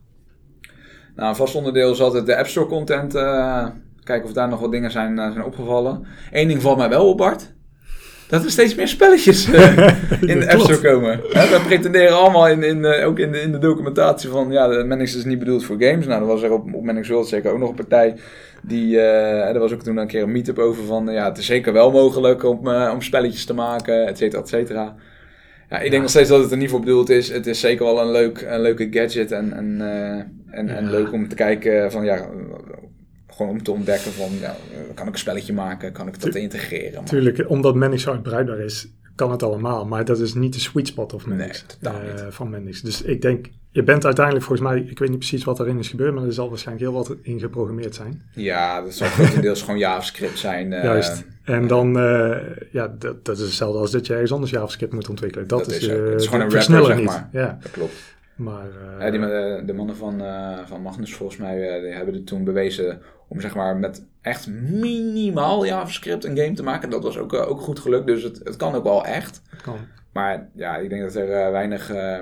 Nou, een vast onderdeel is altijd de App Store content. Uh, kijken of daar nog wat dingen zijn, uh, zijn opgevallen. Eén ding valt mij wel op, Bart. Dat er steeds meer spelletjes uh, in de App Store komen. Hè, we pretenderen allemaal, in, in, uh, ook in de, in de documentatie van... ja, de Mendix is niet bedoeld voor games. Nou, er was er op, op Mendix World zeker ook nog een partij... die, uh, er was ook toen een keer een meetup over van... Uh, ja, het is zeker wel mogelijk om, uh, om spelletjes te maken, et cetera, et cetera. Ja, ik denk ja. nog steeds dat het er niet voor bedoeld is. Het is zeker wel een, leuk, een leuke gadget en, en, uh, en, ja. en leuk om te kijken van... ja, gewoon om te ontdekken van, ja, kan ik een spelletje maken? Kan ik dat Tu- integreren? Maar... Tuurlijk, omdat Mendix zo uitbreidbaar is, kan het allemaal. Maar dat is niet de sweet spot of Mendix, nee, totaal uh, niet. van Mendix. Dus ik denk, je bent uiteindelijk volgens mij, ik weet niet precies wat erin is gebeurd, maar er zal waarschijnlijk heel wat in geprogrammeerd zijn. Ja, dat zal grotendeels gewoon JavaScript zijn. Uh, Juist. En dan, uh, ja, dat, dat is hetzelfde als dat je ergens anders JavaScript moet ontwikkelen. Dat, dat is, uh, het is gewoon een wrapper, zeg niet. maar. Ja. Dat klopt. Maar, uh, ja, die, de, de mannen van, uh, van Magnus volgens mij, uh, die hebben er toen bewezen om zeg maar met echt minimaal JavaScript een game te maken. Dat was ook, uh, ook goed gelukt, dus het, het kan ook wel echt. Kan. Maar ja, ik denk dat er uh, weinig uh, uh,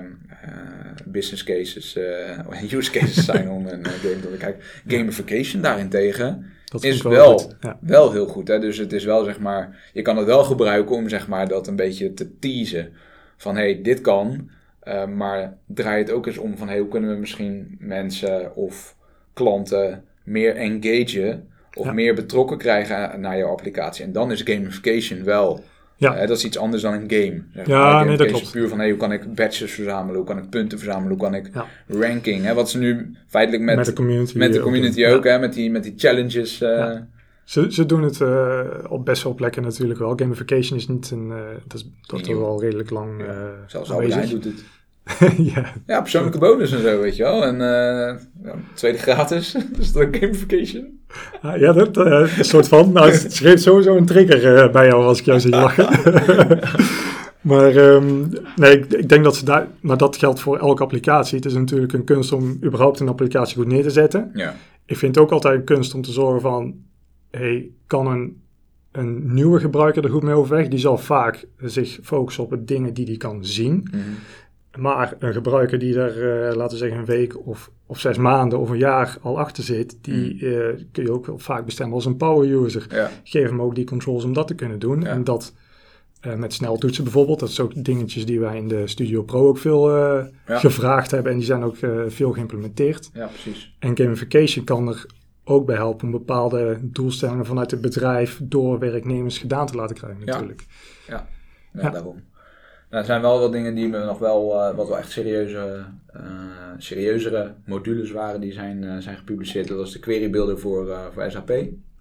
business cases, uh, use cases zijn om een uh, game te kijken. Gamification daarentegen dat is wel, wel, ja. wel heel goed. Hè? Dus het is wel zeg maar, je kan het wel gebruiken om zeg maar dat een beetje te teasen. Van hé, hey, dit kan... Uh, maar draai het ook eens om van hey, hoe kunnen we misschien mensen of klanten meer engagen of ja. meer betrokken krijgen naar jouw applicatie. En dan is gamification wel, ja. uh, dat is iets anders dan een game. Zeg maar. Ja, nee, dat klopt. Puur van hey, hoe kan ik badges verzamelen, hoe kan ik punten verzamelen, hoe kan ik ja. ranking. Hè? Wat ze nu feitelijk met, met de community, met de community ook, ook ja. hè? Met, die, met die challenges uh, ja. Ze, ze doen het uh, op best wel plekken natuurlijk wel. Gamification is niet een... Uh, dat is, dat is wel redelijk lang uh, Zelfs Albert Heijn doet het. ja. ja, persoonlijke bonus en zo, weet je wel. En uh, ja, tweede gratis, dus dat is gamification. Ah, ja, dat uh, een soort van. Nou, het geeft sowieso een trigger uh, bij jou als ik jou zie lachen. maar um, nee, ik, ik denk dat ze daar... Maar dat geldt voor elke applicatie. Het is natuurlijk een kunst om überhaupt een applicatie goed neer te zetten. Ja. Ik vind het ook altijd een kunst om te zorgen van... Hey, kan een, een nieuwe gebruiker er goed mee overweg? Die zal vaak zich focussen op de dingen die hij kan zien. Mm-hmm. Maar een gebruiker die er, uh, laten we zeggen, een week of, of zes maanden of een jaar al achter zit, die mm. uh, kun je ook wel vaak bestemmen als een power user. Ja. Geef hem ook die controls om dat te kunnen doen. Ja. En dat uh, met sneltoetsen bijvoorbeeld, dat is ook dingetjes die wij in de Studio Pro ook veel uh, ja. gevraagd hebben. En die zijn ook uh, veel geïmplementeerd. Ja, precies. En gamification kan er ook bij helpen om bepaalde doelstellingen vanuit het bedrijf door werknemers gedaan te laten krijgen natuurlijk. Ja, ja. ja, ja. daarom. Nou, er zijn wel wat dingen die me nog wel, uh, wat wel echt serieuze, uh, serieuzere modules waren, die zijn, uh, zijn gepubliceerd. Dat was de query builder voor, uh, voor S A P.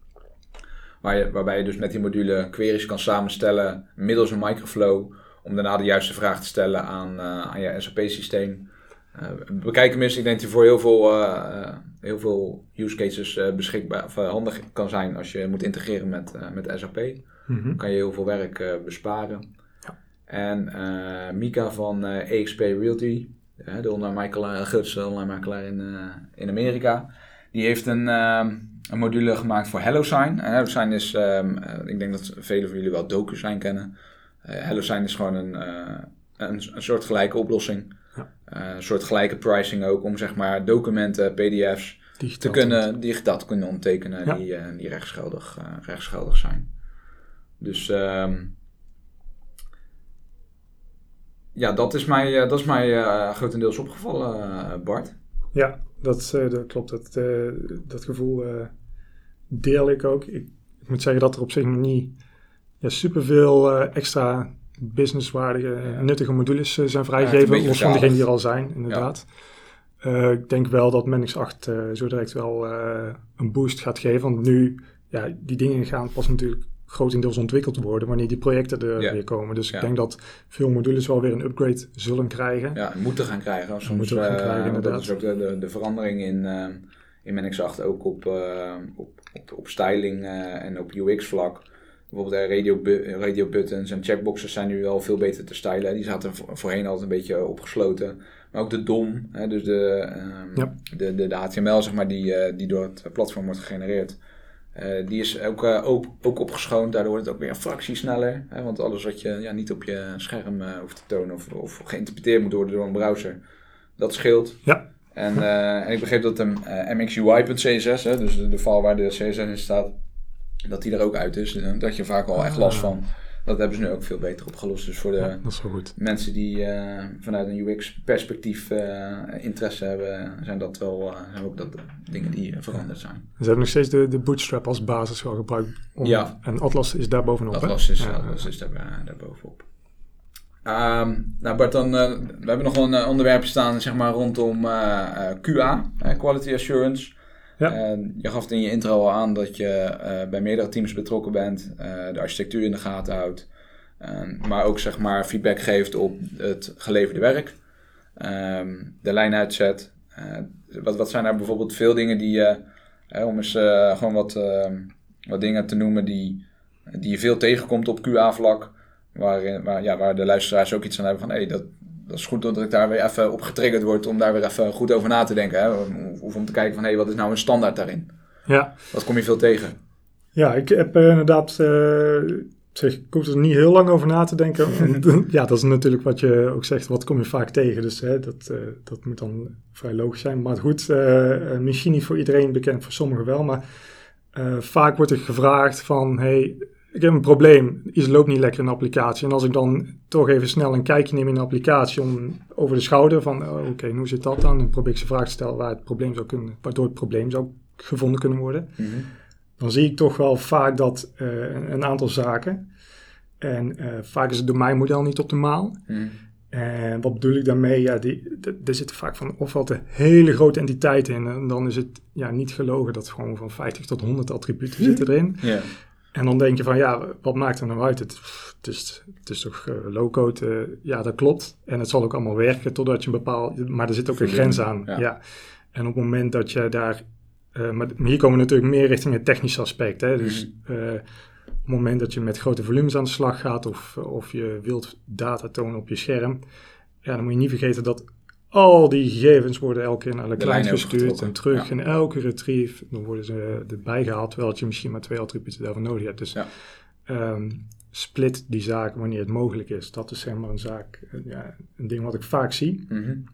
Waar je, waarbij je dus met die module queries kan samenstellen middels een microflow, om daarna de juiste vraag te stellen aan, uh, aan je S A P-systeem. Uh, bekijk hem eens, ik denk dat hij voor heel veel, uh, heel veel use cases uh, beschikbaar of uh, handig kan zijn als je moet integreren met, uh, met S A P. Mm-hmm. Dan kan je heel veel werk uh, besparen. En uh, Mika van uh, E X P Realty, uh, de online makelaar, grootste online makelaar in, uh, in Amerika, die heeft een, uh, een module gemaakt voor HelloSign. Uh, HelloSign is, um, uh, ik denk dat velen van jullie wel DocuSign kennen. Uh, HelloSign is gewoon een, uh, een, een soort gelijke oplossing. Ja. Uh, een soort gelijke pricing ook om zeg maar documenten, P D F's digitaal te kunnen, digitaal te kunnen ondertekenen ja. die, uh, die rechtsgeldig, uh, rechtsgeldig zijn. Dus... Um, Ja, dat is mij, uh, dat is mij uh, grotendeels opgevallen, uh, Bart. Ja, dat, uh, dat klopt. Dat, uh, dat gevoel uh, deel ik ook. Ik, ik moet zeggen dat er op zich nog niet ja, superveel uh, extra businesswaardige, ja. nuttige modules uh, zijn vrijgegeven. Ja, los van degene die er al zijn, inderdaad. Ja. Uh, ik denk wel dat Mendix acht uh, zo direct wel uh, een boost gaat geven. Want nu, ja, die dingen gaan pas natuurlijk... grotendeels ontwikkeld worden wanneer die projecten er ja. weer komen. Dus ja. ik denk dat veel modules wel weer een upgrade zullen krijgen. Ja, moeten gaan krijgen. Soms, moeten gaan krijgen, uh, inderdaad. Dat is ook de, de, de verandering in, uh, in Mendix acht ook op, uh, op, op, op styling uh, en op U X vlak. Bijvoorbeeld uh, radio, bu- radio buttons en checkboxes zijn nu wel veel beter te stylen. Die zaten voorheen altijd een beetje opgesloten. Maar ook de D O M, hè, dus de, um, ja. de, de, de H T M L zeg maar, die, uh, die door het platform wordt gegenereerd. Uh, die is ook, uh, ook, ook opgeschoond, daardoor wordt het ook weer een fractie sneller. Hè, want alles wat je ja, niet op je scherm uh, hoeft te tonen of, of geïnterpreteerd moet worden door een browser, dat scheelt. Ja. En, uh, en ik begreep dat de uh, M X U I punt C S S, hè, dus de, de file waar de C S S in staat, dat die er ook uit is. Uh, dat je vaak al echt last van. Dat hebben ze nu ook veel beter opgelost. Dus voor de ja, dat is wel goed. mensen die uh, vanuit een U X-perspectief uh, interesse hebben, zijn dat wel uh, zijn ook dat dingen die uh, veranderd zijn. Ze hebben nog steeds de, de Bootstrap als basis wel gebruikt. Om, ja. En Atlas is daar bovenop. Atlas is, ja. Atlas is daar, uh, daar bovenop. Um, nou Bart, dan, uh, we hebben nog wel een onderwerp staan zeg maar, rondom uh, uh, Q A, uh, Quality Assurance. Ja. Uh, je gaf het in je intro al aan dat je uh, bij meerdere teams betrokken bent, uh, de architectuur in de gaten houdt, uh, maar ook zeg maar, feedback geeft op het geleverde werk, um, de lijn uitzet. Uh, wat, wat zijn er bijvoorbeeld veel dingen die je, uh, om eens uh, gewoon wat, uh, wat dingen te noemen die, die je veel tegenkomt op Q A-vlak, waar, waar, ja, waar de luisteraars ook iets aan hebben van hé, hey, dat, dat is goed dat ik daar weer even op getriggerd word om daar weer even goed over na te denken. Hè? Of, of om te kijken van hé, hey, wat is nou een standaard daarin? Ja. Wat kom je veel tegen? Ja, ik heb uh, inderdaad, uh, zeg, ik hoef er niet heel lang over na te denken. Ja, dat is natuurlijk wat je ook zegt, wat kom je vaak tegen. Dus hè, dat, uh, dat moet dan vrij logisch zijn. Maar goed, uh, misschien niet voor iedereen bekend, voor sommigen wel. Maar uh, vaak wordt er gevraagd van, hey, ik heb een probleem, iets loopt niet lekker in de applicatie. En als ik dan toch even snel een kijkje neem in de applicatie om over de schouder van, oh, oké, okay, hoe zit dat dan? Dan probeer ik ze vraag te stellen waar het probleem zou kunnen, waardoor het probleem zou gevonden kunnen worden. Mm-hmm. Dan zie ik toch wel vaak dat uh, een, een aantal zaken. En uh, vaak is het domeinmodel niet optimaal. Mm. En wat bedoel ik daarmee? Ja, die, de, er zitten vaak van ofwel de hele grote entiteiten in. En dan is het ja, niet gelogen dat gewoon van vijftig tot honderd attributen zitten erin. Ja. En dan denk je van, ja, wat maakt er nou uit? Het, het, is, het is toch uh, low-code? Uh, ja, dat klopt. En het zal ook allemaal werken totdat je een bepaald... Maar er zit ook een grens aan. Ja. Ja. En op het moment dat je daar... Uh, maar hier komen we natuurlijk meer richting het technische aspect. Hè? Dus uh, op het moment dat je met grote volumes aan de slag gaat... of, of je wilt data tonen op je scherm... ja, dan moet je niet vergeten dat al die gegevens worden elke keer naar de, de client gestuurd... en terug. Ja. En elke retrieve, dan worden ze erbij gehaald... terwijl je misschien maar twee attributen daarvoor nodig hebt. Dus ja. um, split die zaken wanneer het mogelijk is. Dat is zeg maar een zaak, ja, een ding wat ik vaak zie... Mm-hmm.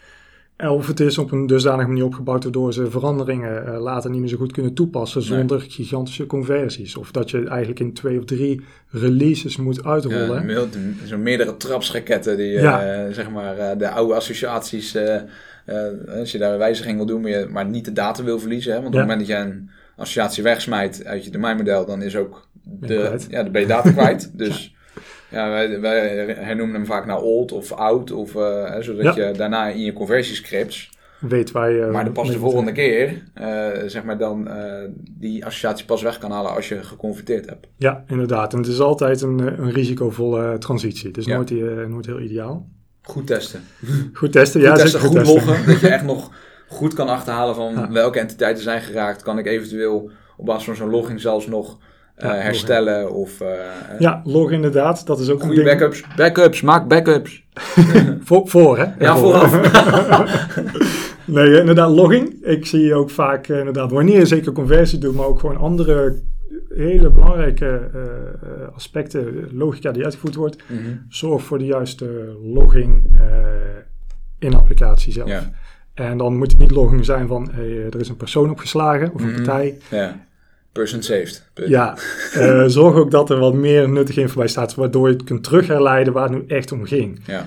Of het is op een dusdanige manier opgebouwd waardoor ze veranderingen uh, later niet meer zo goed kunnen toepassen zonder nee. gigantische conversies. Of dat je eigenlijk in twee of drie releases moet uitrollen. Ja, zo'n meerdere trapsraketten die ja. uh, zeg maar uh, de oude associaties, uh, uh, als je daar een wijziging wil doen, maar, je, maar niet de data wil verliezen. Hè? Want ja. op het moment dat je een associatie wegsmijt uit je domeinmodel, dan is ook de, ja, dan ben je data kwijt. Dus... Ja. Ja, wij, wij hernoemen hem vaak naar old of oud, of, uh, hè, zodat ja. je daarna in je conversiescripts weet waar je... Maar dan pas de volgende keer, uh, zeg maar dan, uh, die associatie pas weg kan halen als je geconverteerd hebt. Ja, inderdaad. En het is altijd een, een risicovolle transitie. Het is ja. nooit, uh, nooit heel ideaal. Goed testen. Goed testen, goed ja. Testen, goed goed testen. loggen, dat je echt nog goed kan achterhalen van ja. welke entiteiten zijn geraakt. Kan ik eventueel op basis van zo'n logging zelfs nog... Uh, ja, herstellen loggen. of... Uh, ja, loggen inderdaad. Dat is ook goede een ding. backups. Backups, maak backups. voor, voor, hè? Ja, voor. vooraf. Nee, inderdaad, logging. Ik zie ook vaak, uh, inderdaad, wanneer je zeker conversie doet, maar ook gewoon andere hele belangrijke uh, aspecten, logica die uitgevoerd wordt. Mm-hmm. Zorg voor de juiste logging uh, in de applicatie zelf. Ja. En dan moet het niet logging zijn van, hey, er is een persoon opgeslagen of een mm-hmm. partij. Ja. Person saved. Punt. Ja, uh, zorg ook dat er wat meer nuttige info bij staat, waardoor je het kunt terugherleiden waar het nu echt om ging. Ja.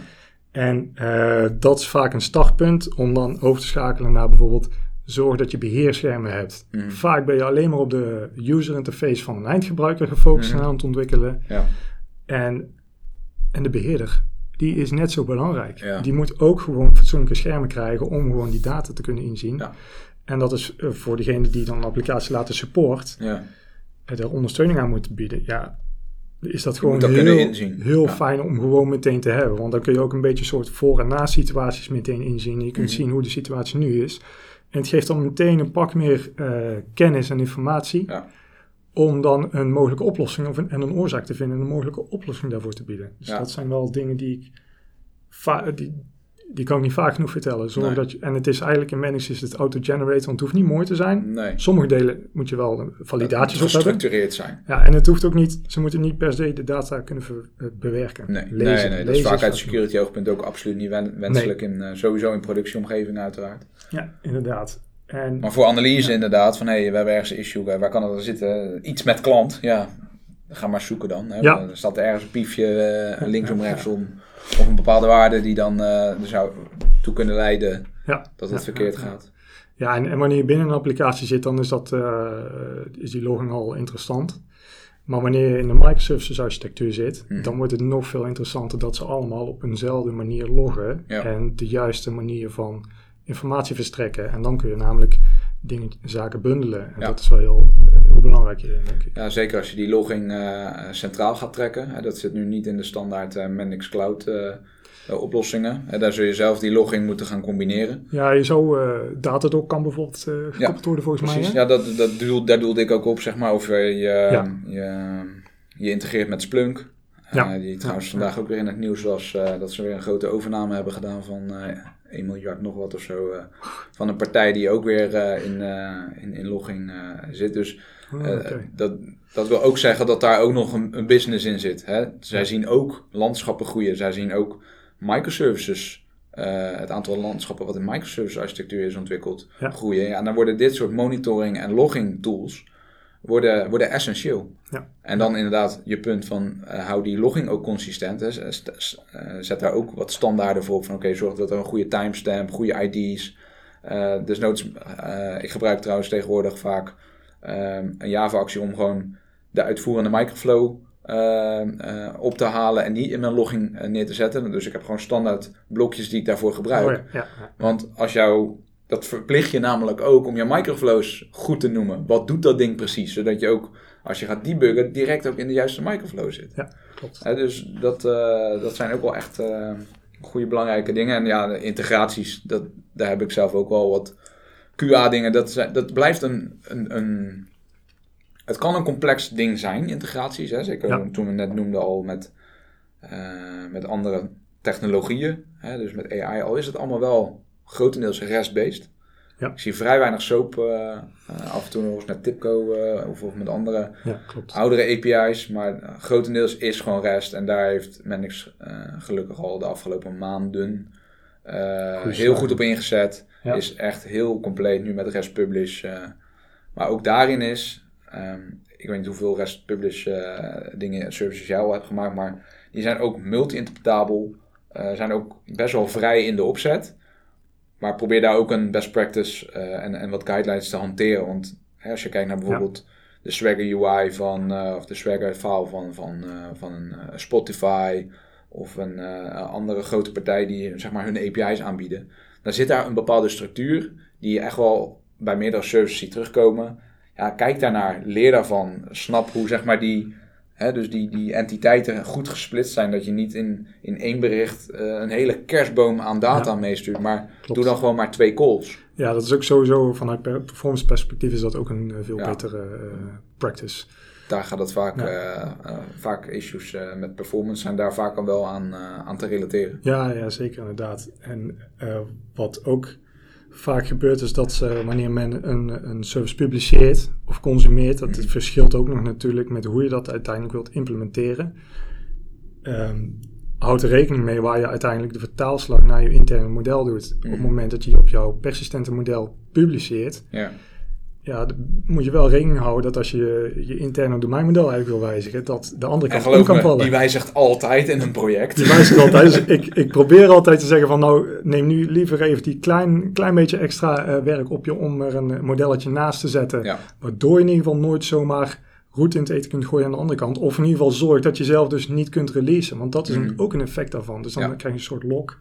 En uh, dat is vaak een startpunt om dan over te schakelen naar bijvoorbeeld zorg dat je beheerschermen hebt. Mm. Vaak ben je alleen maar op de user interface van een eindgebruiker gefocust mm. en aan het ontwikkelen. Ja. En, en de beheerder, die is net zo belangrijk. Ja. Die moet ook gewoon fatsoenlijke schermen krijgen om gewoon die data te kunnen inzien. Ja. En dat is uh, voor degene die dan een applicatie laten support, ja. er ondersteuning aan moet bieden. Ja, is dat gewoon dat heel, heel ja. fijn om gewoon meteen te hebben. Want dan kun je ook een beetje soort voor- en na-situaties meteen inzien. Je kunt mm-hmm. zien hoe de situatie nu is. En het geeft dan meteen een pak meer uh, kennis en informatie. Ja. Om dan een mogelijke oplossing of een, en een oorzaak te vinden en een mogelijke oplossing daarvoor te bieden. Dus ja. dat zijn wel dingen die ik... Va- die, Die kan ik niet vaak genoeg vertellen. Zorg nee. dat je, en het is eigenlijk in Manage is het auto-generator, want het hoeft niet mooi te zijn. Nee. Sommige delen moet je wel validaties op hebben. Gestructureerd zijn. Ja, en het hoeft ook niet, ze moeten niet per se de data kunnen ver, uh, bewerken. Nee, lezen, nee, nee dat is vaak uit security doen. oogpunt ook absoluut niet wenselijk. Nee. In, uh, sowieso in productieomgeving uiteraard. Ja, inderdaad. En, maar voor analyse ja. inderdaad, van hé, hey, we hebben ergens een issue, waar kan het er zitten? Iets met klant, ja, ga maar zoeken dan. Hè? Ja. Er staat er ergens een piefje uh, linksom, ja, rechtsom. Ja. Of een bepaalde waarde die dan uh, er zou toe kunnen leiden ja. dat het ja, verkeerd ja, ja. gaat. Ja, en, en wanneer je binnen een applicatie zit, dan is, dat, uh, is die logging al interessant. Maar wanneer je in de microservices architectuur zit, mm. dan wordt het nog veel interessanter dat ze allemaal op eenzelfde manier loggen. Ja. En de juiste manier van informatie verstrekken. En dan kun je namelijk dingen, zaken bundelen. En ja. dat is wel heel, heel belangrijk hierin, denk ik. Ja, zeker als je die logging uh, centraal gaat trekken. Hè, dat zit nu niet in de standaard uh, Mendix Cloud uh, uh, oplossingen. Hè, daar zul je zelf die logging moeten gaan combineren. Ja, je zou uh, Datadog kan bijvoorbeeld uh, gekoppeld ja, worden volgens precies. mij. Hè? Ja, dat, dat doel, daar doelde ik ook op, zeg maar. Of je, ja. je, je integreert met Splunk. Ja. Uh, die trouwens ja. vandaag ook weer in het nieuws was uh, dat ze weer een grote overname hebben gedaan van uh, één miljard nog wat of zo. Uh, van een partij die ook weer uh, in, uh, in, in logging uh, zit. Dus uh, oh, okay. dat, dat wil ook zeggen dat daar ook nog een, een business in zit. Hè? Zij ja. zien ook landschappen groeien. Zij zien ook microservices, uh, het aantal landschappen wat in microservice architectuur is ontwikkeld, ja. groeien. Ja, en dan worden dit soort monitoring en logging tools worden, worden essentieel. Ja. En dan inderdaad je punt van uh, hou die logging ook consistent. Hè. Zet daar ook wat standaarden voor op van oké, okay, zorg dat er een goede timestamp, goede I D's. Uh, desnoods, uh, ik gebruik trouwens tegenwoordig vaak uh, een Java-actie om gewoon de uitvoerende microflow uh, uh, op te halen en die in mijn logging uh, neer te zetten. Dus ik heb gewoon standaard blokjes die ik daarvoor gebruik. Oh ja, ja, ja. Want als jou, dat verplicht je namelijk ook om je microflows goed te noemen. Wat doet dat ding precies? Zodat je ook, als je gaat debuggen, direct ook in de juiste microflow zit. Ja, klopt. Uh, dus dat, uh, dat zijn ook wel echt uh, goede belangrijke dingen. En ja, de integraties, dat, daar heb ik zelf ook wel wat Q A-dingen. Dat, zijn, dat blijft een, een, een... Het kan een complex ding zijn, integraties. Hè? Zeker ja. Toen we net noemden al met, uh, met andere technologieën. Hè? Dus met A I, al is het allemaal wel grotendeels REST-based. Ja. Ik zie vrij weinig SOAP, uh, uh, af en toe nog eens met TIBCO uh, of, of met andere ja, oudere A P I's. Maar uh, grotendeels is gewoon REST. En daar heeft Mendix uh, gelukkig al de afgelopen maanden uh, heel goed op ingezet. Ja. Is echt heel compleet nu met REST Publish. Uh, maar ook daarin is... Um, ik weet niet hoeveel REST Publish uh, dingen, services jij al hebt gemaakt, maar die zijn ook multi-interpretabel, uh, zijn ook best wel vrij in de opzet. Maar probeer daar ook een best practice uh, en, en wat guidelines te hanteren. Want hè, als je kijkt naar bijvoorbeeld ja. de Swagger U I van, uh, of de Swagger file van, van, uh, van een uh, Spotify of een uh, andere grote partij die zeg maar hun A P I's aanbieden. Dan zit daar een bepaalde structuur die je echt wel bij meerdere services ziet terugkomen. Ja, kijk daarnaar, leer daarvan, snap hoe zeg maar die, hè, dus die, die entiteiten goed gesplitst zijn, dat je niet in, in één bericht uh, een hele kerstboom aan data ja. meestuurt, maar klopt. Doe dan gewoon maar twee calls. Ja, dat is ook sowieso vanuit performance perspectief is dat ook een uh, veel ja. betere uh, practice. Daar gaat het vaak, ja. uh, uh, vaak issues uh, met performance zijn daar vaak al wel aan, uh, aan te relateren. Ja, ja, zeker inderdaad. En uh, wat ook vaak gebeurt is dat ze, wanneer men een, een service publiceert of consumeert, dat het verschilt ook nog natuurlijk met hoe je dat uiteindelijk wilt implementeren. Um, houd er rekening mee waar je uiteindelijk de vertaalslag naar je interne model doet. Mm. Op het moment dat je op jouw persistente model publiceert, ja. ja, moet je wel rekening houden dat als je je interne domeinmodel eigenlijk wil wijzigen, dat de andere kant ook kan me, vallen. Die wijzigt altijd in een project. Die wijzigt altijd. Dus ik, ik probeer altijd te zeggen van nou, neem nu liever even die klein, klein beetje extra uh, werk op je om er een modelletje naast te zetten. Ja. Waardoor je in ieder geval nooit zomaar roet in het eten kunt gooien aan de andere kant. Of in ieder geval zorg dat je zelf dus niet kunt releasen. Want dat is mm. een, ook een effect daarvan. Dus dan ja. krijg je een soort lock.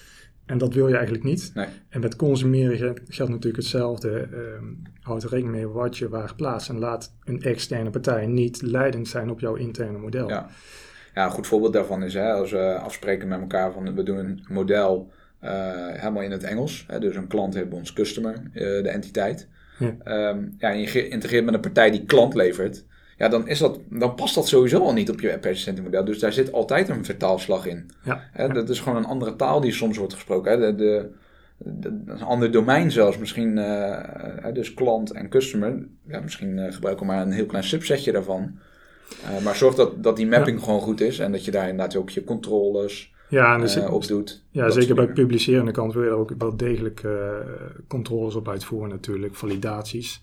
En dat wil je eigenlijk niet. Nee. En met consumeren geldt natuurlijk hetzelfde. Um, houd er rekening mee wat je waar plaatst. En laat een externe partij niet leidend zijn op jouw interne model. Ja, ja een goed voorbeeld daarvan is hè, als we afspreken met elkaar van we doen een model uh, helemaal in het Engels. Hè, dus een klant heeft bij ons customer, uh, de entiteit. Ja. Um, ja, en je geïntegreerd met een partij die klant levert. Ja, dan, is dat, dan past dat sowieso al niet op je persistente model. Dus daar zit altijd een vertaalslag in. Ja, hè, dat is gewoon een andere taal die soms wordt gesproken. Hè. De, de, de, een ander domein zelfs. Misschien uh, dus klant en customer. Ja, misschien uh, gebruiken we maar een heel klein subsetje daarvan. Uh, maar zorg dat, dat die mapping ja. gewoon goed is. En dat je daar inderdaad ook je controles ja, en dus uh, op doet. Ja, zeker bij publicerende kant wil je er ook wel degelijk uh, controles op uitvoeren natuurlijk. Validaties.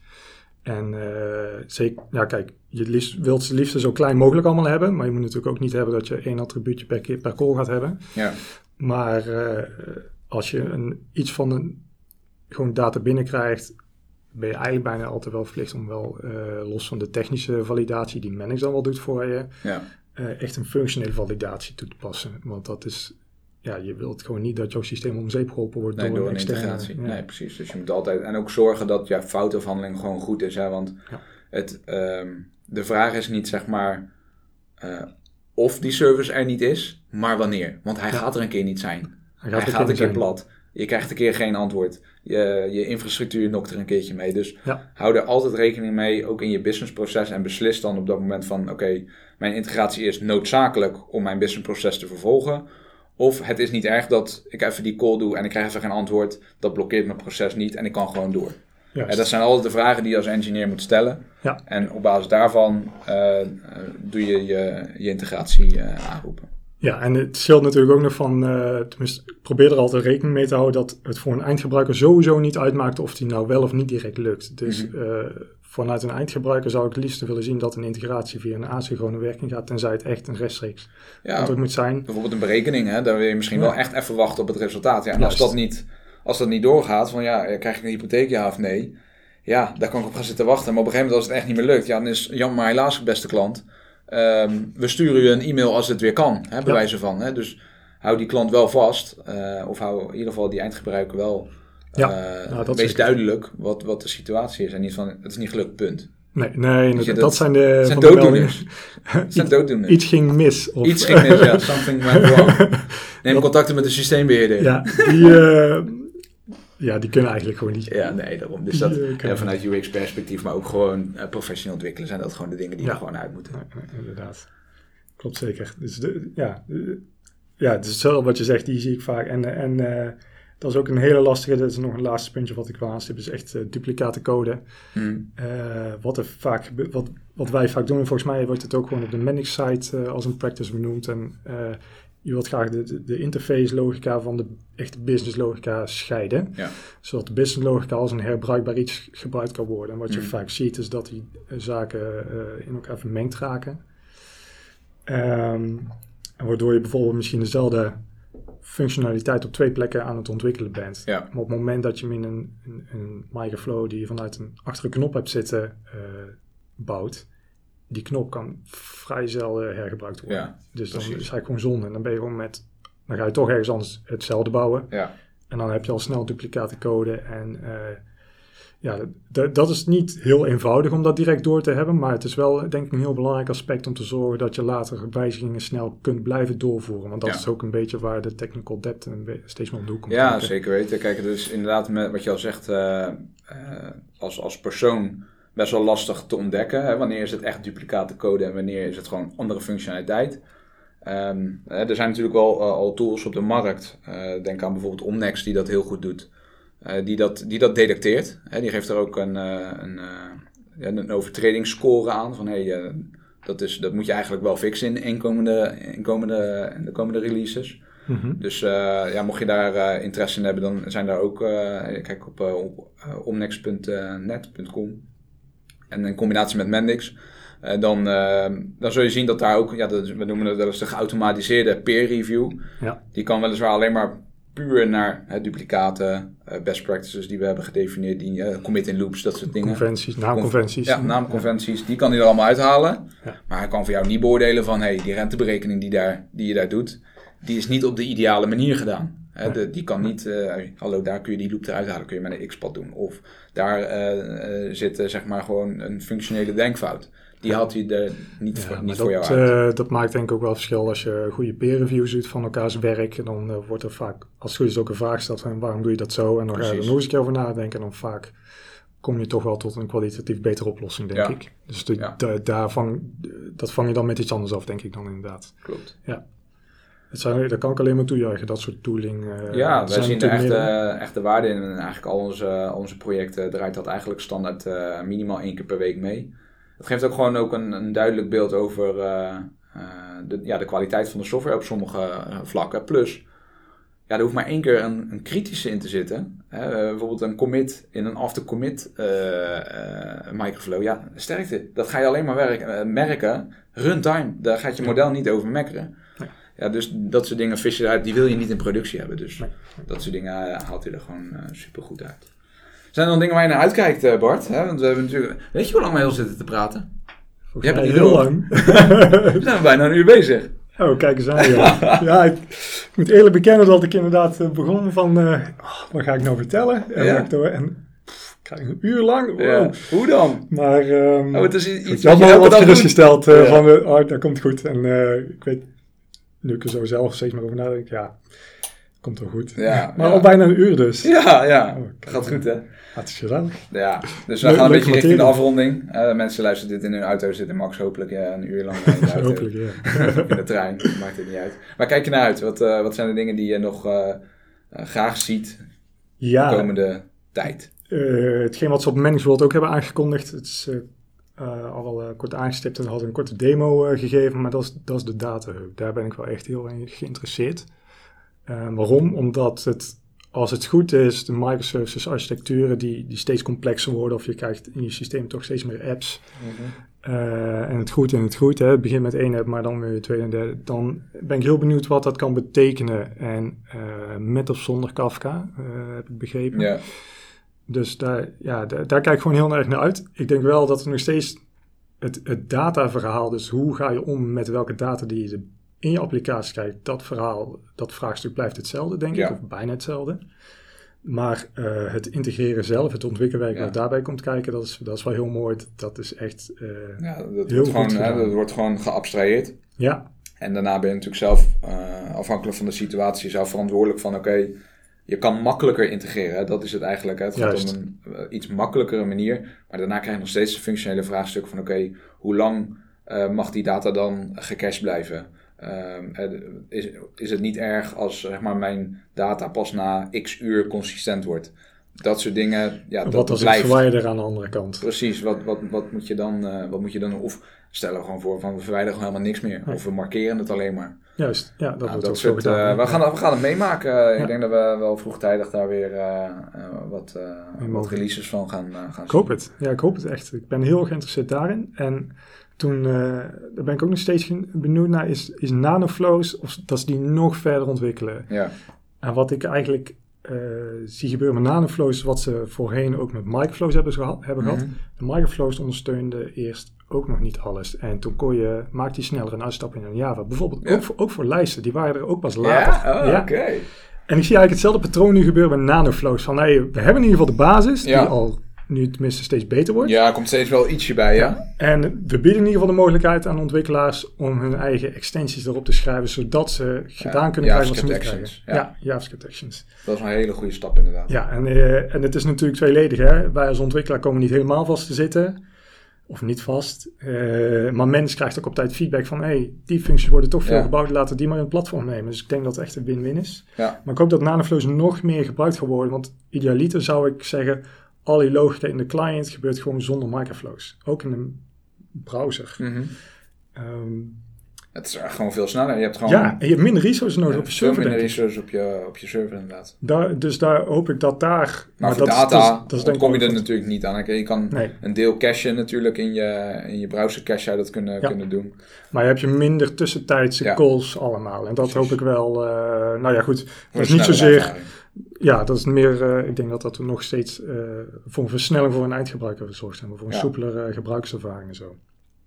En uh, zeker, ja kijk, je liefst, wilt het liefst zo klein mogelijk allemaal hebben. Maar je moet natuurlijk ook niet hebben dat je één attribuutje per, keer, per call gaat hebben. Ja. Maar uh, als je een, iets van een, gewoon data binnenkrijgt, ben je eigenlijk bijna altijd wel verplicht om wel, uh, los van de technische validatie die Mendix dan wel doet voor je, ja. uh, echt een functionele validatie toe te passen. Want dat is, ja, je wilt gewoon niet dat jouw systeem om zeep geholpen wordt nee, door, door een een externe. integratie. Ja. Nee, precies. Dus je moet altijd, en ook zorgen dat je foutafhandeling gewoon goed is. Hè? Want ja. het, um, de vraag is niet, zeg maar, uh, of die service er niet is, maar wanneer. Want hij ja. gaat er een keer niet zijn. Hij gaat, hij gaat een keer plat. Je krijgt een keer geen antwoord. Je, je infrastructuur nokt er een keertje mee. Dus ja. hou er altijd rekening mee, ook in je businessproces. En beslis dan op dat moment van, oké, okay, mijn integratie is noodzakelijk om mijn businessproces te vervolgen. Of het is niet erg dat ik even die call doe en ik krijg even geen antwoord. Dat blokkeert mijn proces niet en ik kan gewoon door. En dat zijn altijd de vragen die je als engineer moet stellen. Ja. En op basis daarvan uh, doe je je, je integratie uh, aanroepen. Ja, en het scheelt natuurlijk ook nog van, uh, tenminste, ik probeer er altijd rekening mee te houden dat het voor een eindgebruiker sowieso niet uitmaakt of die nou wel of niet direct lukt. Dus mm-hmm. uh, vanuit een eindgebruiker zou ik het liefst willen zien dat een integratie via een asynchrone werking gaat, tenzij het echt een rechtstreeks ja, antwoord moet zijn. Bijvoorbeeld een berekening, hè, daar wil je misschien ja. wel echt even wachten op het resultaat. Ja, en als dat, niet, als dat niet doorgaat, van ja, krijg ik een hypotheek ja of nee? Ja, daar kan ik op gaan zitten wachten. Maar op een gegeven moment als het echt niet meer lukt, ja, dan is jammer maar helaas beste klant. Um, we sturen je een e-mail als het weer kan, hè, bij Ja. wijze van. Hè? Dus hou die klant wel vast. Uh, of hou in ieder geval die eindgebruiker wel. Ja, Uh, nou, dat wees is duidelijk wat, wat de situatie is. En niet van, het is niet gelukt, punt. Nee, nee Weet je, dat, dat zijn de... Het zijn van de dooddoeners. Het zijn dooddoeners. Iets ging mis. Of, Iets ging mis, ja. Something went wrong. Neem contacten met de systeembeheerder. Ja, die, uh, ja, die kunnen eigenlijk gewoon niet. Ja, nee, daarom. Dus dat, Die, uh, ja, vanuit U X-perspectief, maar ook gewoon uh, professioneel ontwikkelen, zijn dat gewoon de dingen die ja. er gewoon uit moeten. Ja, inderdaad. Klopt zeker. Dus de, ja, de, ja, het is wel wat je zegt, die zie ik vaak. En, en uh, dat is ook een hele lastige, dat is nog een laatste puntje wat ik wil aanstippen, is echt uh, duplicate code. Hmm. Uh, wat, er vaak, wat, wat wij vaak doen, en volgens mij wordt het ook gewoon op de Mendix site uh, als een practice benoemd. En uh, je wilt graag de, de, de interface logica van de echte business logica scheiden. Ja. Zodat de business logica als een herbruikbaar iets gebruikt kan worden. En wat je Hmm. vaak ziet is dat die uh, zaken uh, in elkaar vermengd raken. Um, waardoor je bijvoorbeeld misschien dezelfde functionaliteit op twee plekken aan het ontwikkelen bent. Ja. Maar op het moment dat je hem in een, een, een microflow die je vanuit een achter een knop hebt zitten uh, bouwt, die knop kan vrij zelden hergebruikt worden. Ja, dus dan precies. is hij gewoon zonde. En dan ben je gewoon met, dan ga je toch ergens anders hetzelfde bouwen. Ja. En dan heb je al snel duplicate code. En uh, ja, d- dat is niet heel eenvoudig om dat direct door te hebben. Maar het is wel, denk ik, een heel belangrijk aspect om te zorgen dat je later wijzigingen snel kunt blijven doorvoeren. Want dat Ja. is ook een beetje waar de technical debt een be- steeds meer om de hoek komt. Ja, kijken. zeker weten. Kijk, dus inderdaad, met wat je al zegt, uh, uh, als, als persoon best wel lastig te ontdekken. Hè? Wanneer is het echt duplicate code en wanneer is het gewoon andere functionaliteit. Um, hè, er zijn natuurlijk wel uh, al tools op de markt. Uh, denk aan bijvoorbeeld Omnex die dat heel goed doet. Uh, die, dat, die dat detecteert. Hè? Die geeft er ook een, uh, een, uh, ja, een overtredingsscore aan. Van hey, uh, dat, is, dat moet je eigenlijk wel fixen in, in, komende, in, komende, in de komende releases. Mm-hmm. Dus uh, ja, mocht je daar uh, interesse in hebben, dan zijn daar ook, uh, kijk op, uh, op uh, omnex punt net punt com en in combinatie met Mendix, uh, dan, uh, dan zul je zien dat daar ook, ja, dat is, we noemen dat wel eens de geautomatiseerde peer review. Ja. Die kan weliswaar alleen maar puur naar uh, duplicaten, uh, best practices die we hebben gedefinieerd, die uh, commit in loops, dat soort dingen. Conventies, naamconventies. Ja, naamconventies, die kan hij er allemaal uithalen. Ja. Maar hij kan voor jou niet beoordelen van, hey, die renteberekening die, daar, die je daar doet, die is niet op de ideale manier gedaan. He, Nee. de, die kan niet, uh, hallo, daar kun je die loop eruit halen, kun je met een x-pad doen. Of daar uh, uh, zit uh, zeg maar gewoon een functionele denkfout. Die haalt hij er niet, Ja, voor, niet maar voor dat, jou uit. Uh, dat maakt denk ik ook wel verschil als je goede peer reviews doet van elkaars werk. Dan uh, wordt er vaak, als het goed is, ook een vraag gesteld van waarom doe je dat zo? En dan ga je er Precies. nog eens een keer over nadenken. En dan vaak kom je toch wel tot een kwalitatief betere oplossing, denk Ja. ik. Dus de, Ja. de, daar vang, dat vang je dan met iets anders af, denk ik dan inderdaad. Klopt. Het zijn, daar kan ik alleen maar toejuichen, dat soort tooling. Uh, Ja, er wij zijn zien er echt, natuurlijk uh, meerdere. echt de waarde in. En eigenlijk al onze, onze projecten draait dat eigenlijk standaard uh, minimaal één keer per week mee. Het geeft ook gewoon ook een, een duidelijk beeld over uh, uh, de, ja, de kwaliteit van de software op sommige uh, vlakken. Plus, ja, er hoeft maar één keer een, een kritische in te zitten. Hè, uh, bijvoorbeeld een commit in een after-commit uh, uh, microflow. Ja, sterkte, dat ga je alleen maar werk, uh, merken. Runtime, daar gaat je model niet over mekkeren. Nee. Ja, dus dat soort dingen vis je eruit, die wil je niet in productie hebben. Dus Nee. dat soort dingen uh, haalt hij er gewoon uh, super goed uit. Zijn er nog dingen waar je naar uitkijkt, uh, Bart? Hè? Want we hebben natuurlijk... Weet je hoe lang wij al zitten te praten? Volgens Je hebt mij het niet heel door. lang. We zijn bijna een uur bezig. Oh, kijk eens aan. Ja, ja ik, ik moet eerlijk bekennen dat ik inderdaad uh, begon van, uh, oh, wat ga ik nou vertellen? En, Ja. ik door, en pff, ik krijg een uur lang. Wow. Ja. Hoe dan? Maar um, Oh, het is iets goed, je had me wat je al elke wat dag doet. gerustgesteld uh, Ja. van, uh, oh, dat komt goed. En uh, ik weet, nu ik er zo zelf steeds meer over nadenk, ja, komt wel goed. Ja, Maar ja. al bijna een uur dus. Ja, ja. Oh, kijk. Gaat goed, hè? Het is gezellig. Ja, dus we Leuk- gaan een leuk beetje richting de materie. afronding. Uh, mensen luisteren dit in hun auto, zitten Max hopelijk ja, een uur lang in de auto. Hopelijk, ja. Of in de trein, maakt het niet uit. Maar kijk je naar uit? Wat, uh, wat zijn de dingen die je nog uh, uh, graag ziet de Ja, komende tijd? uh, hetgeen wat ze op Mendix World ook hebben aangekondigd, het is uh, uh, al wel uh, kort aangestipt en hadden een korte demo uh, gegeven, maar dat is, dat is de Data Hub. Daar ben ik wel echt heel erg geïnteresseerd. Uh, waarom? Omdat het, als het goed is, de microservices architecturen die, die steeds complexer worden, of je krijgt in je systeem toch steeds meer apps. Mm-hmm. Uh, en het goed en het goed, hè. Het begint met één app, maar dan weer de tweede en derde. Dan ben ik heel benieuwd wat dat kan betekenen. En uh, met of zonder Kafka, uh, heb ik begrepen. Ja, Dus daar, ja, daar, daar kijk ik gewoon heel erg naar uit. Ik denk wel dat er nog steeds het, het dataverhaal, dus hoe ga je om met welke data die je in je applicatie krijgt, dat verhaal, dat vraagstuk blijft hetzelfde, denk ja. ik, of bijna hetzelfde. Maar uh, het integreren zelf, het ontwikkelwerk ja. wat daarbij komt kijken, dat is, dat is wel heel mooi. Dat is echt uh, ja, dat heel wordt goed gewoon, hè, dat wordt gewoon geabstraheerd. Ja. En daarna ben je natuurlijk zelf, uh, afhankelijk van de situatie, zelf verantwoordelijk van, oké, okay, je kan makkelijker integreren. Hè? Dat is het eigenlijk. Hè? Het gaat Juist. om een uh, iets makkelijkere manier. Maar daarna krijg je nog steeds de functionele vraagstuk van, oké, okay, hoe lang uh, mag die data dan gecached blijven? Uh, is, is het niet erg als zeg maar, mijn data pas na x uur consistent wordt? Dat soort dingen, ja, dat wat als blijft. ik verwijder aan de andere kant? Precies, wat, wat, wat moet je dan, uh, wat moet je dan, of stellen we gewoon voor van we verwijderen gewoon helemaal niks meer. Ja. Of we markeren het alleen maar. Juist, ja, dat nou, wordt dat ook soort, zo gedaan. Uh, we, gaan, we gaan het meemaken. Ja. Ik denk dat we wel vroegtijdig daar weer uh, uh, wat, uh, wat releases van gaan, uh, gaan zien. Ik hoop het, ja, ik hoop het echt. Ik ben heel erg geïnteresseerd daarin. En toen, uh, daar ben ik ook nog steeds benieuwd naar, is, is Nanoflows, of dat ze die nog verder ontwikkelen. Ja. En wat ik eigenlijk uh, zie gebeuren met Nanoflows, wat ze voorheen ook met Microflows hebben, gehad, hebben mm-hmm. gehad. De Microflows ondersteunde eerst ook nog niet alles. En toen kon je, maakte je sneller een uitstapje in Java. Bijvoorbeeld ja. ook, voor, ook voor lijsten, die waren er ook pas later. Ja? Oh, ja? Oké. Okay. En ik zie eigenlijk hetzelfde patroon nu gebeuren met Nanoflows. Van, hey, we hebben in ieder geval de basis, ja. die al nu tenminste steeds beter wordt. Ja, er komt steeds wel ietsje bij, ja. ja. En we bieden in ieder geval de mogelijkheid aan ontwikkelaars om hun eigen extensies erop te schrijven, zodat ze gedaan ja, kunnen krijgen wat ze moeten krijgen. Ja. ja, JavaScript actions. Dat is een hele goede stap inderdaad. Ja, en, uh, en het is natuurlijk tweeledig. Hè? Wij als ontwikkelaar komen niet helemaal vast te zitten. Of niet vast. Uh, maar mens krijgt ook op tijd feedback van, hey, die functies worden toch veel ja. gebouwd, laten we die maar in het platform nemen. Dus ik denk dat het echt een win-win is. Ja. Maar ik hoop dat Nanoflows nog meer gebruikt gaat worden, want idealiter zou ik zeggen, al die logica in de client gebeurt gewoon zonder microflows. Ook in een browser. Mm-hmm. Um, het is gewoon veel sneller. Je hebt gewoon, ja, en je hebt minder resources nodig ja, op je server. Veel minder resources op je, op je server inderdaad. Daar, dus daar hoop ik dat daar... Maar, maar voor dat data is, dat is, dat kom je er goed. natuurlijk niet aan. Je kan nee. een deel cachen natuurlijk in je, in je browser cache zou dat kunnen, ja. kunnen doen. Maar je hebt je minder tussentijdse ja. calls allemaal. En dat Precies. hoop ik wel... Uh, nou ja, goed. Dat is niet zozeer... Ervaring. Ja, dat is meer, uh, ik denk dat dat er nog steeds uh, voor een versnelling voor een eindgebruiker zorgt. En voor een ja. soepelere uh, gebruikservaring en zo.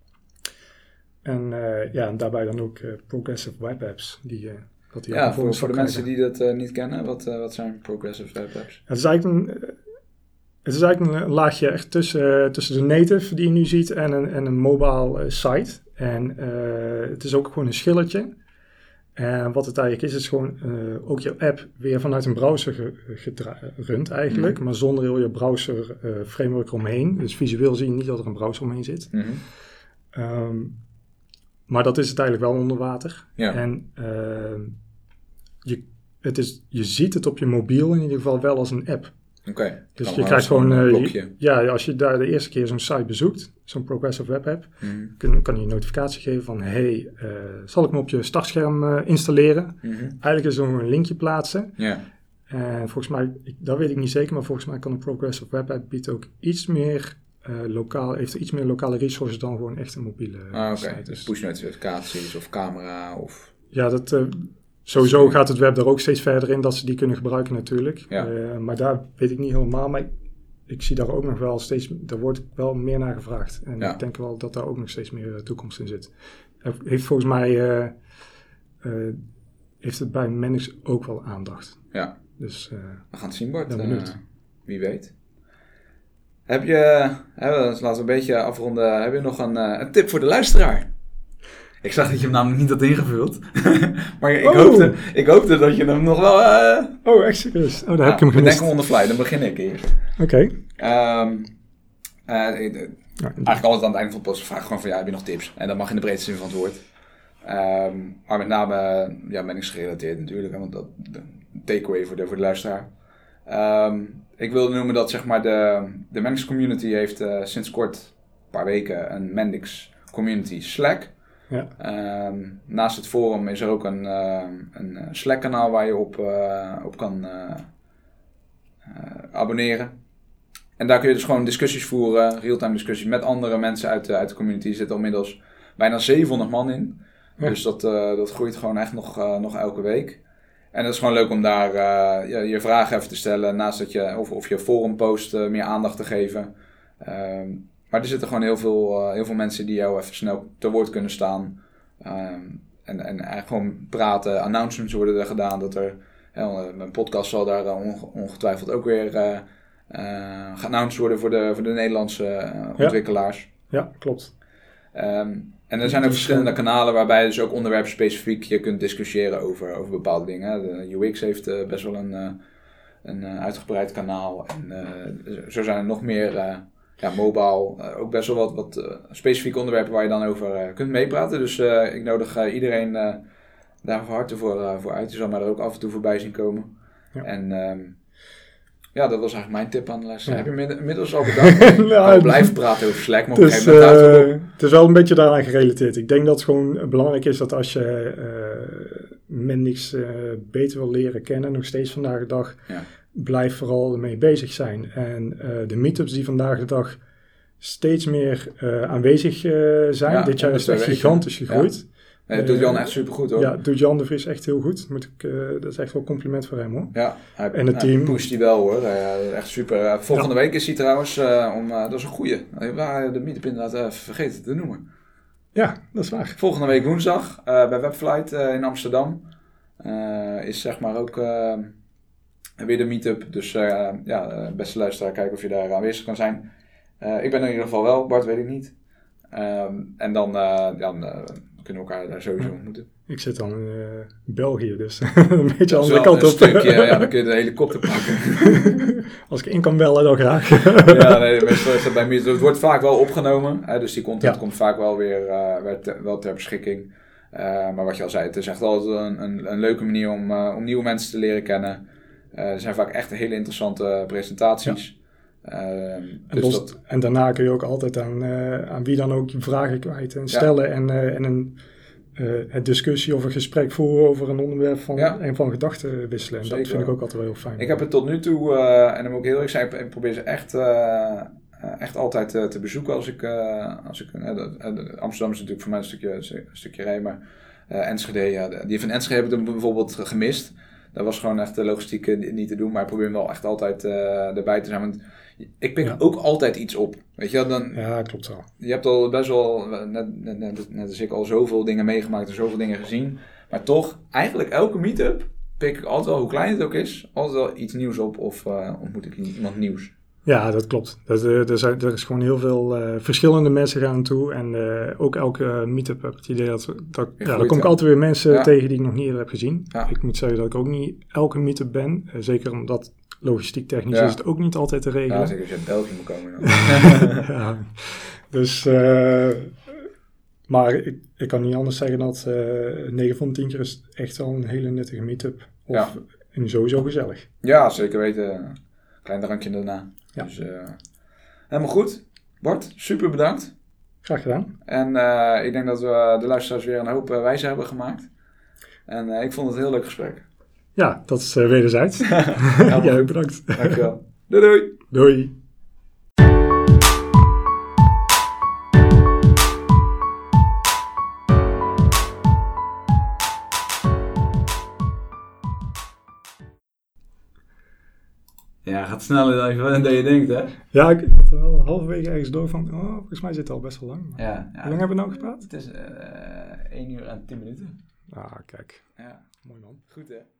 En uh, ja, en daarbij dan ook uh, progressive web apps. Die, uh, dat die ja, voor, voor de mensen die dat uh, niet kennen, wat, uh, wat zijn progressive web apps? Het is eigenlijk een, uh, het is eigenlijk een laagje echt tussen, uh, tussen de native die je nu ziet en een, en een mobile uh, site. En uh, het is ook gewoon een schilletje. En wat het eigenlijk is, is gewoon uh, ook je app weer vanuit een browser gerund eigenlijk. Mm. Maar zonder heel je browser uh, framework omheen. Dus visueel zie je niet dat er een browser omheen zit. Mm-hmm. Um, maar dat is het eigenlijk wel onder water. Ja. En uh, je, het is, je ziet het op je mobiel in ieder geval wel als een app. Oké. Okay. Dus je krijgt gewoon... Uh, je, ja, als je daar de eerste keer zo'n site bezoekt, zo'n progressive web app, mm-hmm. kun, kan je een notificatie geven van, hey, uh, zal ik me op je startscherm uh, installeren? Mm-hmm. Eigenlijk is er een linkje plaatsen. Ja. En volgens mij, ik, dat weet ik niet zeker, maar volgens mij kan een progressive web app biedt ook iets meer... Uh, lokaal, heeft er iets meer lokale resources dan gewoon echt een mobiele ah, oké. site. Dus push notificaties of camera of... Ja, dat, uh, sowieso gaat het web er ook steeds verder in dat ze die kunnen gebruiken natuurlijk. Ja. Uh, maar daar weet ik niet helemaal. Maar ik, ik zie daar ook nog wel steeds, daar wordt wel meer naar gevraagd. En ja. ik denk wel dat daar ook nog steeds meer toekomst in zit. Er heeft volgens mij, uh, uh, heeft het bij Mendix ook wel aandacht. Ja, dus, uh, we gaan het zien, Bart. Uh, wie weet. Heb je, hè, laten we een beetje afronden, heb je nog een, uh, een tip voor de luisteraar? Ik zag dat je hem namelijk niet had ingevuld. maar ik, oh. hoopte, ik hoopte dat je hem nog wel... Uh... Oh, echt serieus? Oh, daar nou, heb ik hem gemist. Bedenk hem on the fly, dan begin ik eerst. Oké. Okay. Um, uh, eigenlijk altijd aan het einde van de post vraag ik gewoon van, ja, heb je nog tips? En dat mag in de breedste zin van het woord. Um, maar met name, ja, ben ik gerelateerd natuurlijk, want dat de takeaway voor de, voor de luisteraar. Um, ik wilde noemen dat zeg maar de, de Mendix community heeft uh, sinds kort, een paar weken, een Mendix community Slack. Ja. Um, naast het forum is er ook een, uh, een Slack kanaal waar je op, uh, op kan uh, uh, abonneren. En daar kun je dus gewoon discussies voeren, real-time discussies met andere mensen uit de, uit de community. Er zitten inmiddels bijna zevenhonderd man in. Ja. Dus dat, uh, dat groeit gewoon echt nog, uh, nog elke week. En het is gewoon leuk om daar uh, je, je vragen even te stellen. Naast dat je, of, of je forumpost uh, meer aandacht te geven. Um, maar er zitten gewoon heel veel, uh, heel veel mensen die jou even snel te woord kunnen staan. Um, en, en eigenlijk gewoon praten. Announcements worden er gedaan. Dat er, uh, mijn podcast zal daar uh, onge- ongetwijfeld ook weer uh, uh, geannounced worden voor de, voor de Nederlandse uh, ontwikkelaars. Ja, ja klopt. Um, en er zijn ook dus, verschillende uh, kanalen waarbij je dus ook onderwerpspecifiek je kunt discussiëren over, over bepaalde dingen. De U X heeft uh, best wel een, uh, een uh, uitgebreid kanaal. En uh, zo zijn er nog meer, uh, ja, mobile, uh, ook best wel wat, wat uh, specifieke onderwerpen waar je dan over uh, kunt meepraten. Dus uh, ik nodig uh, iedereen uh, daar van harte voor, uh, voor uit. Je zal mij er ook af en toe voorbij zien komen. Ja. En um, ja, dat was eigenlijk mijn tip aan de les. Ja. Heb je me inmiddels al bedankt? nou, ik blijven praten over Slack, maar op een gegeven moment uh, het is wel een beetje daaraan gerelateerd. Ik denk dat het gewoon belangrijk is dat als je uh, Mendix uh, beter wil leren kennen, nog steeds vandaag de dag, ja. blijf vooral ermee bezig zijn. En uh, de meetups die vandaag de dag steeds meer uh, aanwezig uh, zijn. Ja, dit jaar is het echt gigantisch gegroeid. Ja. Nee, dat doet Jan echt supergoed hoor. Ja, doet Jan de Vries echt heel goed. Moet ik, uh, dat is echt wel compliment voor hem hoor. Ja, hij, en het hij team pusht die wel hoor. Uh, echt super. Uh, volgende ja. week is hij trouwens, uh, om, uh, dat is een goeie. We waren de meetup inderdaad uh, vergeten te noemen. Ja, dat is waar. Volgende week woensdag uh, bij Webflight uh, in Amsterdam. Uh, is zeg maar ook uh, weer de meetup. Dus uh, ja, uh, beste luisteraar, kijken of je daar aanwezig kan zijn. Uh, ik ben er in ieder geval wel, Bart weet ik niet. Um, en dan, uh, dan uh, kunnen we elkaar daar sowieso ontmoeten. Ik zit dan in uh, België, dus een beetje de andere kant een op. Stukje, ja, dan kun je de helikopter pakken. Als ik in kan bellen, dan graag. ja, nee, meestal is dat bij mij. Het wordt vaak wel opgenomen, hè, dus die content ja. komt vaak wel weer, uh, weer te, wel ter beschikking. Uh, maar wat je al zei, het is echt altijd een, een, een leuke manier om, uh, om nieuwe mensen te leren kennen. Uh, er zijn vaak echt hele interessante presentaties. Ja. Uh, en, dus los, dat... en daarna kun je ook altijd aan, uh, aan wie dan ook je vragen kwijt en stellen. Ja. En, uh, en een, uh, een discussie of een gesprek voeren over een onderwerp van, ja. en van gedachten wisselen. En Zeker. Dat vind ik ook altijd wel heel fijn. Ik heb het tot nu toe, uh, en dan moet ik heel erg zeggen, ik probeer ze echt, uh, echt altijd uh, te bezoeken als ik... Uh, als ik uh, Amsterdam is natuurlijk voor mij een stukje, een stukje rijden, maar uh, Enschede, ja, die van Enschede heb ik bijvoorbeeld gemist. Dat was gewoon echt de logistiek uh, niet te doen, maar ik probeer wel echt altijd uh, erbij te zijn, want ik pik ja. ook altijd iets op. Weet je, dan, ja, klopt wel. Je hebt al best wel, net, net, net, net als ik, al zoveel dingen meegemaakt en zoveel dingen gezien. Maar toch, eigenlijk elke meetup pik ik altijd wel, hoe klein het ook is, altijd wel iets nieuws op of uh, ontmoet ik iemand nieuws. Ja, dat klopt. Dat, er, er, zijn, er is gewoon heel veel uh, verschillende mensen gaan toe. En uh, ook elke uh, meetup heb ik het idee dat... dat ja, daar kom ik altijd weer mensen ja. tegen die ik nog niet eerder heb gezien. Ja. Ik moet zeggen dat ik ook niet elke meetup ben. Uh, zeker omdat logistiek technisch ja. is het ook niet altijd te regelen. Ja, zeker als je uit België moet komen. ja, dus... Uh, maar ik, ik kan niet anders zeggen dat uh, negen van de tien keer is echt wel een hele nuttige meetup. Of ja. en sowieso gezellig. Ja, zeker weten. Klein drankje daarna. Ja. Dus, uh, helemaal goed. Bart, super bedankt. Graag gedaan. En uh, ik denk dat we de luisteraars weer een hoop uh, wijze hebben gemaakt. En uh, ik vond het een heel leuk gesprek. Ja, dat is uh, wederzijds. Jij ook bedankt. Dankjewel. Doei doei. Doei. Ja, gaat sneller dan je denkt, hè? Ja, ik had er wel halverwege ergens door van, oh, volgens mij zit het al best wel lang. Ja, ja. Hoe lang hebben we nou gepraat? Het is uh, één uur en tien minuten. Ah, kijk. Ja. Mooi man. Goed, hè?